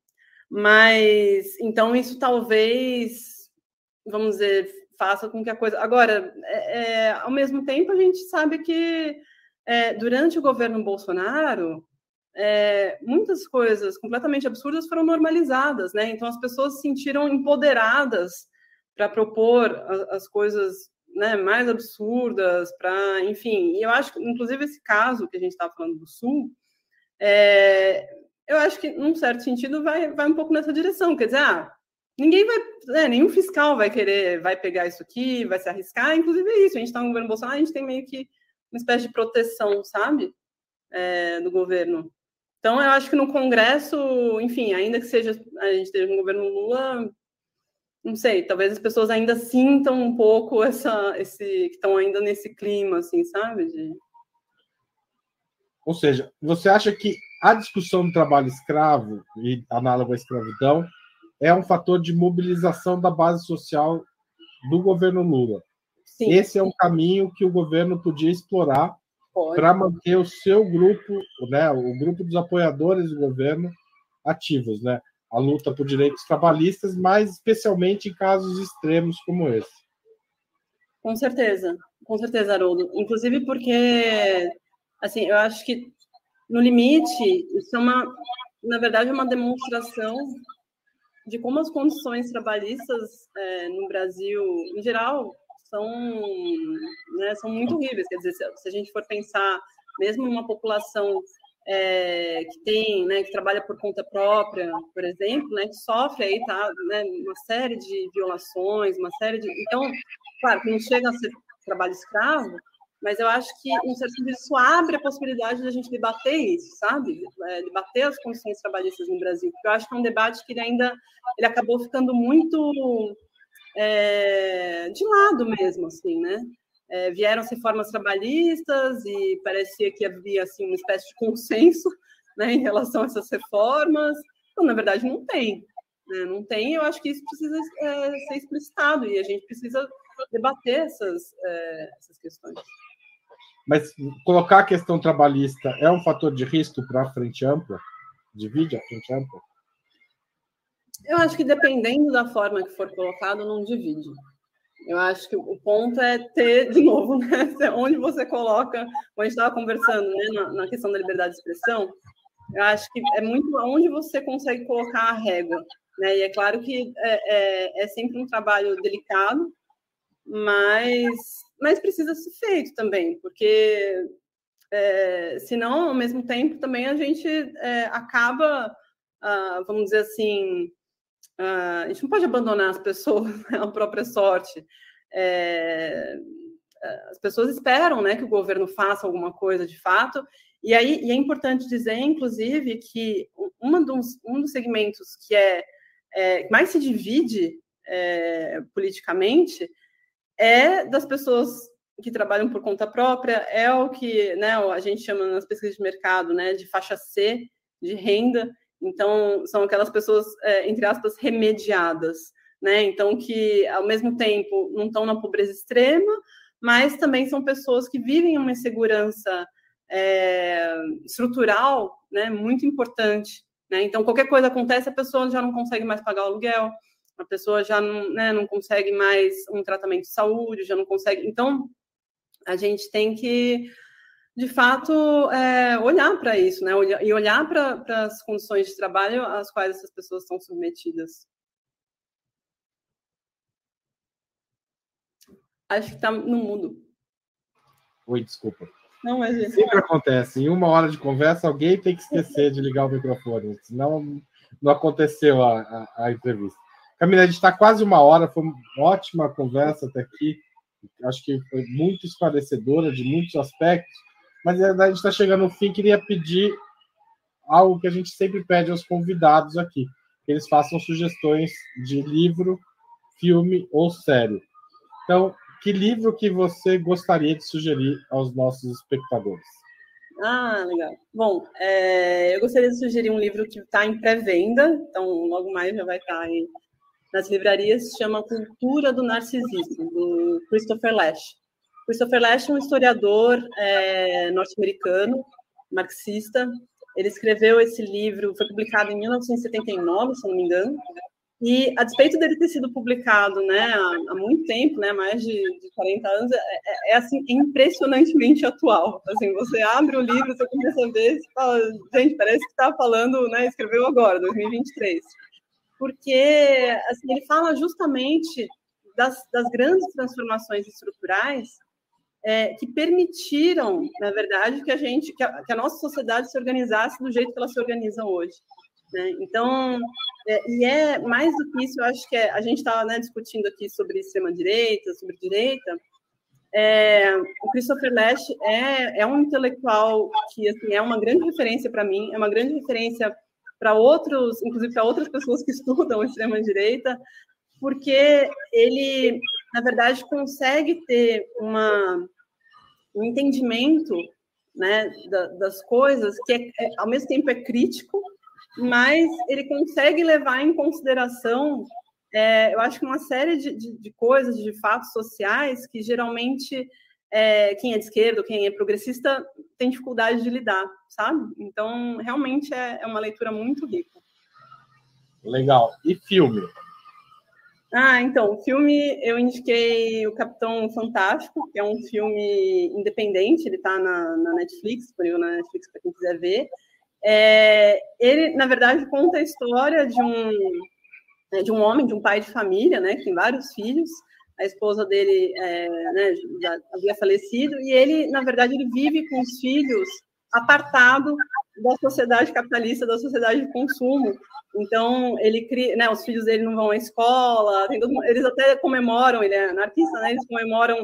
mas, então, isso talvez, vamos dizer, faça com que a coisa... Agora, é, é, ao mesmo tempo, a gente sabe que é, durante o governo Bolsonaro, é, muitas coisas completamente absurdas foram normalizadas, né? Então, as pessoas se sentiram empoderadas para propor as, as coisas, né, mais absurdas, para, enfim... E eu acho que, inclusive, esse caso que a gente estava falando do Sul, é, eu acho que, num certo sentido, vai, vai um pouco nessa direção. Quer dizer, ah, ninguém vai, né, nenhum fiscal vai querer, vai pegar isso aqui, vai se arriscar. Inclusive é isso, a gente está no governo Bolsonaro, a gente tem meio que uma espécie de proteção, sabe, é, do governo. Então, eu acho que no Congresso, enfim, ainda que seja, a gente esteja no governo Lula, não sei, talvez as pessoas ainda sintam um pouco essa, esse, que estão ainda nesse clima, assim, sabe, de... Ou seja, você acha que a discussão do trabalho escravo e análogo à escravidão é um fator de mobilização da base social do governo Lula? Sim. Esse é um caminho que o governo podia explorar para manter o seu grupo, né, o grupo dos apoiadores do governo ativos, né? A luta por direitos trabalhistas, mas especialmente em casos extremos como esse. Com certeza, com certeza, Haroldo. Inclusive porque, assim, eu acho que, no limite, isso é uma, na verdade, é uma demonstração de como as condições trabalhistas é, no Brasil, em geral, são, né, são muito horríveis. Quer dizer, se, se a gente for pensar, mesmo numa população é, que tem, né, que trabalha por conta própria, por exemplo, né, que sofre aí, tá, né, uma série de violações, uma série de... Então, claro, que não chega a ser trabalho escravo, mas eu acho que, em certo sentido, isso abre a possibilidade de a gente debater isso, sabe? É, debater as condições trabalhistas no Brasil, porque eu acho que é um debate que ele ainda ele acabou ficando muito é, de lado mesmo, assim, né? É, vieram reformas trabalhistas e parecia que havia, assim, uma espécie de consenso, né, em relação a essas reformas. Então, na verdade, não tem. Né? Não tem, eu acho que isso precisa é, ser explicitado e a gente precisa debater essas, é, essas questões. Mas colocar a questão trabalhista é um fator de risco para a frente ampla? Divide a frente ampla? Eu acho que dependendo da forma que for colocado, não divide. Eu acho que o ponto é ter, de novo, né, onde você coloca, como a gente estava conversando, né, na, na questão da liberdade de expressão, eu acho que é muito onde você consegue colocar a régua. Né? E é claro que é, é, é sempre um trabalho delicado, mas, mas precisa ser feito também, porque é, senão, ao mesmo tempo, também a gente é, acaba, ah, vamos dizer assim, ah, a gente não pode abandonar as pessoas à própria sorte. É, as pessoas esperam, né, que o governo faça alguma coisa de fato, e aí e é importante dizer, inclusive, que uma dos, um dos segmentos que é, é mais se divide é, politicamente é das pessoas que trabalham por conta própria, é o que, né, a gente chama nas pesquisas de mercado, né, de faixa C, de renda. Então, são aquelas pessoas, é, entre aspas, remediadas, né? Então, que, ao mesmo tempo, não estão na pobreza extrema, mas também são pessoas que vivem uma insegurança é, estrutural, né, muito importante. Né? Então, qualquer coisa acontece, a pessoa já não consegue mais pagar o aluguel, a pessoa já não, né, não consegue mais um tratamento de saúde, já não consegue... Então, a gente tem que, de fato, é, olhar para isso, né? E olhar para as condições de trabalho às quais essas pessoas estão submetidas. Acho que está no mudo. Oi, desculpa. Não, mas gente... Sempre acontece. Em uma hora de conversa, alguém tem que esquecer de ligar o microfone, senão não aconteceu a, a, a entrevista. Camila, a gente está quase uma hora, foi uma ótima conversa até aqui. Acho que foi muito esclarecedora de muitos aspectos, mas a gente está chegando no fim. Queria pedir algo que a gente sempre pede aos convidados aqui, que eles façam sugestões de livro, filme ou série. Então, que livro que você gostaria de sugerir aos nossos espectadores? Ah, legal. Bom, é, eu gostaria de sugerir um livro que está em pré-venda, então logo mais já vai estar aí nas livrarias, se chama Cultura do Narcisismo, do Christopher Lasch. Christopher Lasch é um historiador é, norte-americano, marxista. Ele escreveu esse livro, foi publicado em mil novecentos e setenta e nove, se não me engano, e a despeito dele ter sido publicado, né, há, há muito tempo, né, mais de, de quarenta anos, é, é, é assim, impressionantemente atual. Assim, você abre o livro, você começa a ver, você fala, gente, parece que está falando, né, escreveu agora, dois mil e vinte e três. Porque assim, ele fala justamente das, das grandes transformações estruturais é, que permitiram, na verdade, que a gente, que a, que a nossa sociedade se organizasse do jeito que ela se organiza hoje. Né? Então, é, e é mais do que isso, eu acho que é, a gente estava, né, discutindo aqui sobre extrema-direita, sobre direita. É, o Christopher Lasch é, é um intelectual que assim, é uma grande referência para mim, é uma grande referência para outros, inclusive para outras pessoas que estudam extrema-direita, porque ele, na verdade, consegue ter uma, um entendimento, né, da, das coisas que, é, é, ao mesmo tempo, é crítico, mas ele consegue levar em consideração, é, eu acho que uma série de, de, de coisas, de fatos sociais, que geralmente é, quem é de esquerda ou quem é progressista tem dificuldade de lidar, sabe? Então, realmente é, é uma leitura muito rica. Legal. E filme? Ah, então, filme, eu indiquei O Capitão Fantástico, que é um filme independente, ele está na, na Netflix, disponível na Netflix para quem quiser ver. É, ele, na verdade, conta a história de um, de um homem, de um pai de família, né, que tem vários filhos. A esposa dele é, né, já havia falecido, e ele, na verdade, ele vive com os filhos apartado da sociedade capitalista, da sociedade de consumo. Então, ele cria, né, os filhos dele não vão à escola, tem todo, eles até comemoram, ele é anarquista, né, eles comemoram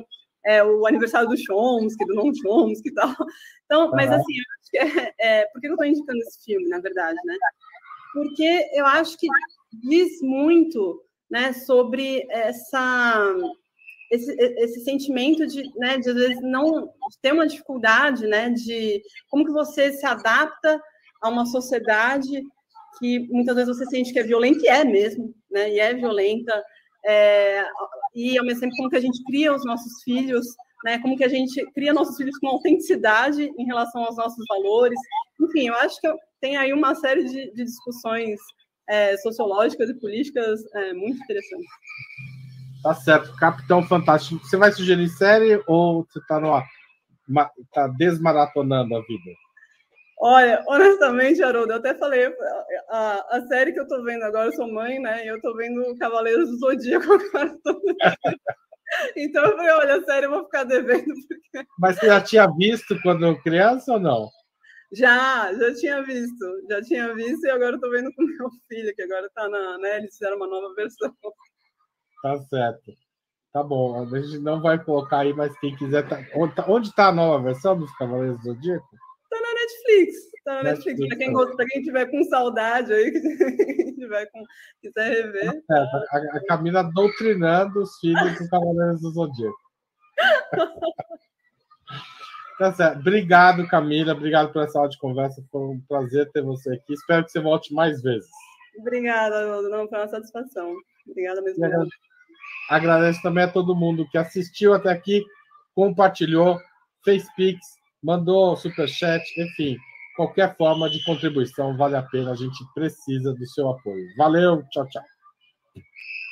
é, o aniversário do Chomsky, do Noam Chomsky e tal. Então, mas assim, eu acho que é, é, por que eu estou indicando esse filme, na verdade, né? Porque eu acho que diz muito, né, sobre essa, esse, esse sentimento de, né, de às vezes não de ter uma dificuldade, né, de como que você se adapta a uma sociedade que muitas vezes você sente que é violenta, e é mesmo, né, e é violenta, é, e ao mesmo tempo como que a gente cria os nossos filhos, né, como que a gente cria nossos filhos com autenticidade em relação aos nossos valores. Enfim, eu acho que tem aí uma série de, de discussões é, sociológicas e políticas é, muito interessantes. Tá certo. Capitão Fantástico. Você vai sugerir série ou você está tá desmaratonando a vida? Olha, honestamente, Haroldo, eu até falei, a, a série que eu tô vendo agora, eu sou mãe, né? E eu tô vendo Cavaleiros do Zodíaco agora. Então eu falei, olha, a série eu vou ficar devendo. Porque... Mas você já tinha visto quando criança ou não? Já, já tinha visto. Já tinha visto e agora eu tô vendo com meu filho, que agora tá na, né? Eles fizeram uma nova versão. Tá certo. Tá bom. A gente não vai colocar aí, mas quem quiser... Tá... Onde tá a nova versão dos Cavaleiros do Zodíaco? Tá na Netflix. Tá na Netflix. Netflix. Pra quem gosta, pra quem tiver com saudade aí, que tiver com, quiser rever. Tá certo. Tá... A, a Camila doutrinando os filhos dos Cavaleiros do Zodíaco. Tá certo. Obrigado, Camila. Obrigado por essa aula de conversa. Foi um prazer ter você aqui. Espero que você volte mais vezes. Obrigada, Haroldo. Não, foi uma satisfação. Obrigada mesmo. Agradeço, agradeço também a todo mundo que assistiu até aqui, compartilhou, fez Pix, mandou superchat, enfim, qualquer forma de contribuição vale a pena. A gente precisa do seu apoio. Valeu, tchau, tchau.